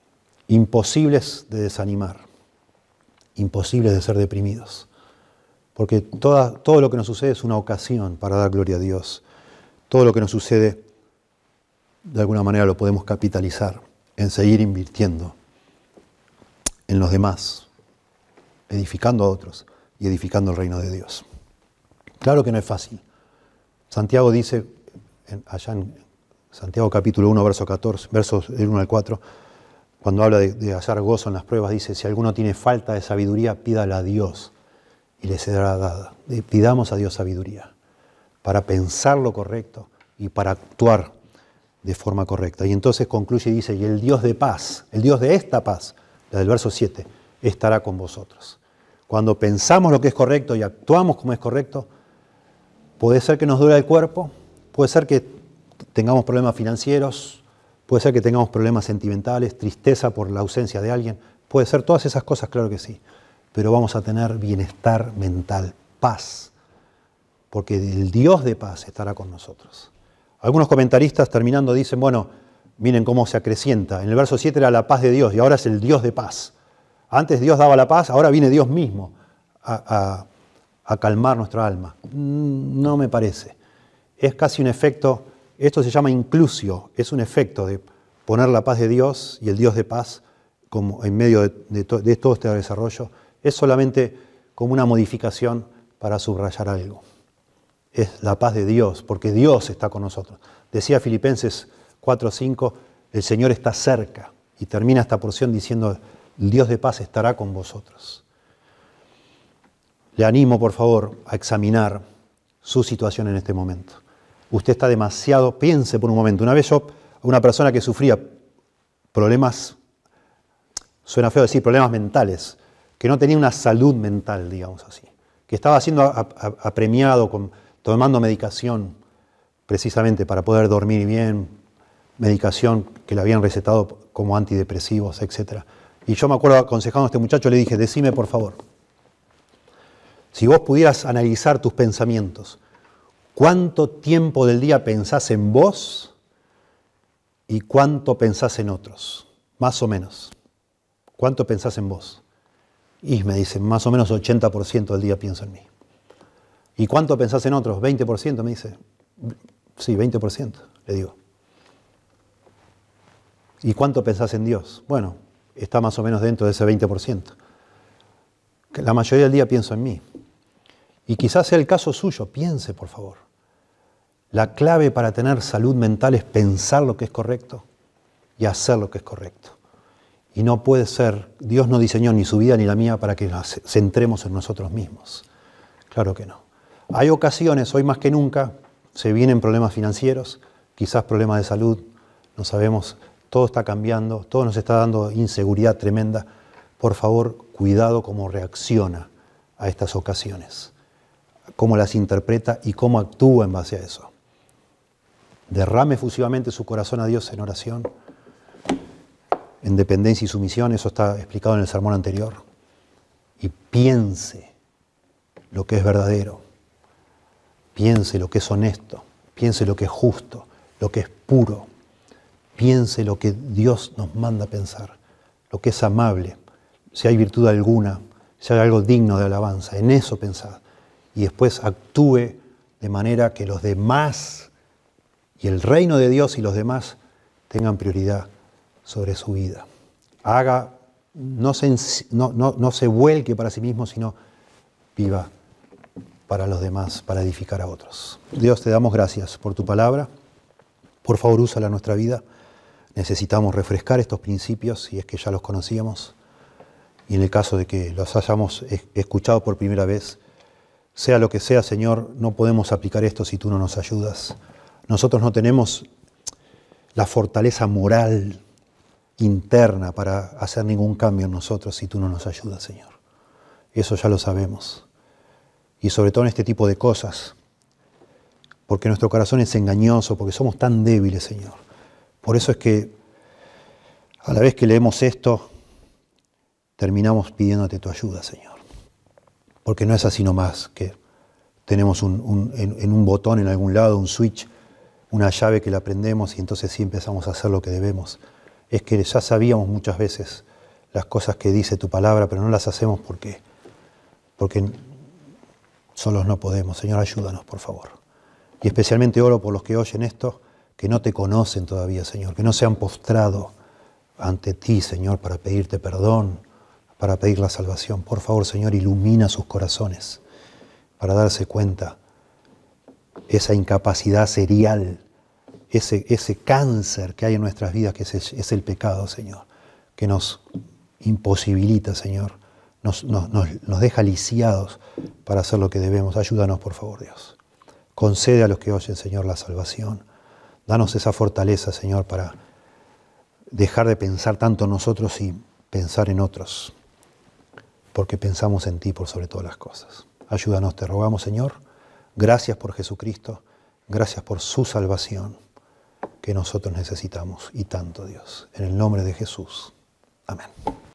imposibles de desanimar, imposibles de ser deprimidos. Porque toda, todo lo que nos sucede es una ocasión para dar gloria a Dios. Todo lo que nos sucede, de alguna manera lo podemos capitalizar en seguir invirtiendo en los demás, edificando a otros y edificando el reino de Dios. Claro que no es fácil. Santiago dice, en, allá en Santiago capítulo uno, verso catorce, versos del uno al cuatro, cuando habla de, de hallar gozo en las pruebas, dice, si alguno tiene falta de sabiduría, pídala a Dios y le será dada. Pidamos a Dios sabiduría para pensar lo correcto y para actuar de forma correcta. Y entonces concluye y dice, y el Dios de paz, el Dios de esta paz, la del verso siete, estará con vosotros. Cuando pensamos lo que es correcto y actuamos como es correcto, puede ser que nos duela el cuerpo, puede ser que tengamos problemas financieros, puede ser que tengamos problemas sentimentales, tristeza por la ausencia de alguien, puede ser todas esas cosas, claro que sí, pero vamos a tener bienestar mental, paz, porque el Dios de paz estará con nosotros. Algunos comentaristas terminando dicen, bueno, miren cómo se acrecienta. En el verso siete era la paz de Dios y ahora es el Dios de paz. Antes Dios daba la paz, ahora viene Dios mismo a, a, a calmar nuestra alma. No me parece. Es casi un efecto, esto se llama inclusio, es un efecto de poner la paz de Dios y el Dios de paz como en medio de, de, to, de todo este desarrollo. Es solamente como una modificación para subrayar algo. Es la paz de Dios, porque Dios está con nosotros. Decía Filipenses cuatro cinco, el Señor está cerca. Y termina esta porción diciendo, el Dios de paz estará con vosotros. Le animo, por favor, a examinar su situación en este momento. Usted está demasiado, piense por un momento. Una vez yo, una persona que sufría problemas, suena feo decir problemas mentales, que no tenía una salud mental, digamos así, que estaba siendo apremiado, con, tomando medicación precisamente para poder dormir bien, medicación que le habían recetado como antidepresivos, etcétera. Y yo me acuerdo aconsejando a este muchacho, le dije, decime por favor, si vos pudieras analizar tus pensamientos, ¿cuánto tiempo del día pensás en vos y cuánto pensás en otros? Más o menos. ¿Cuánto pensás en vos? Y me dice, más o menos ochenta por ciento del día pienso en mí. ¿Y cuánto pensás en otros? veinte por ciento, me dice. Sí, veinte por ciento, le digo. ¿Y cuánto pensás en Dios? Bueno, está más o menos dentro de ese veinte por ciento. La mayoría del día pienso en mí. Y quizás sea el caso suyo, piense por favor. La clave para tener salud mental es pensar lo que es correcto y hacer lo que es correcto. Y no puede ser, Dios no diseñó ni su vida ni la mía para que nos centremos en nosotros mismos. Claro que no. Hay ocasiones, hoy más que nunca, se vienen problemas financieros, quizás problemas de salud, no sabemos, todo está cambiando, todo nos está dando inseguridad tremenda. Por favor, cuidado cómo reacciona a estas ocasiones, cómo las interpreta y cómo actúa en base a eso. Derrame efusivamente su corazón a Dios en oración, en dependencia y sumisión, eso está explicado en el sermón anterior. Y piense lo que es verdadero, piense lo que es honesto, piense lo que es justo, lo que es puro, piense lo que Dios nos manda a pensar, lo que es amable, si hay virtud alguna, si hay algo digno de alabanza, en eso pensad. Y después actúe de manera que los demás y el reino de Dios y los demás tengan prioridad sobre su vida. Haga, no se, no, no, no se vuelque para sí mismo, sino viva para los demás, para edificar a otros. Dios, te damos gracias por tu palabra. Por favor, úsala en nuestra vida. Necesitamos refrescar estos principios, si es que ya los conocíamos. Y en el caso de que los hayamos escuchado por primera vez, sea lo que sea, Señor, no podemos aplicar esto si tú no nos ayudas. Nosotros no tenemos la fortaleza moral interna para hacer ningún cambio en nosotros si tú no nos ayudas, Señor. Eso ya lo sabemos. Y sobre todo en este tipo de cosas, porque nuestro corazón es engañoso, porque somos tan débiles, Señor. Por eso es que a la vez que leemos esto, terminamos pidiéndote tu ayuda, Señor. Porque no es así nomás que tenemos un, un, en, en un botón en algún lado, un switch, una llave que la prendemos y entonces sí empezamos a hacer lo que debemos. Es que ya sabíamos muchas veces las cosas que dice tu palabra, pero no las hacemos porque, porque Solos no podemos. Señor, ayúdanos, por favor. Y especialmente oro por los que oyen esto, que no te conocen todavía, Señor, que no se han postrado ante ti, Señor, para pedirte perdón, para pedir la salvación. Por favor, Señor, ilumina sus corazones para darse cuenta esa incapacidad serial, ese, ese cáncer que hay en nuestras vidas, que es, es el pecado, Señor, que nos imposibilita, Señor, nos, nos, nos, nos deja lisiados para hacer lo que debemos. Ayúdanos, por favor, Dios. Concede a los que oyen, Señor, la salvación. Danos esa fortaleza, Señor, para dejar de pensar tanto en nosotros y pensar en otros, porque pensamos en ti por sobre todas las cosas. Ayúdanos, te rogamos, Señor. Gracias por Jesucristo. Gracias por su salvación que nosotros necesitamos y tanto, Dios. En el nombre de Jesús. Amén.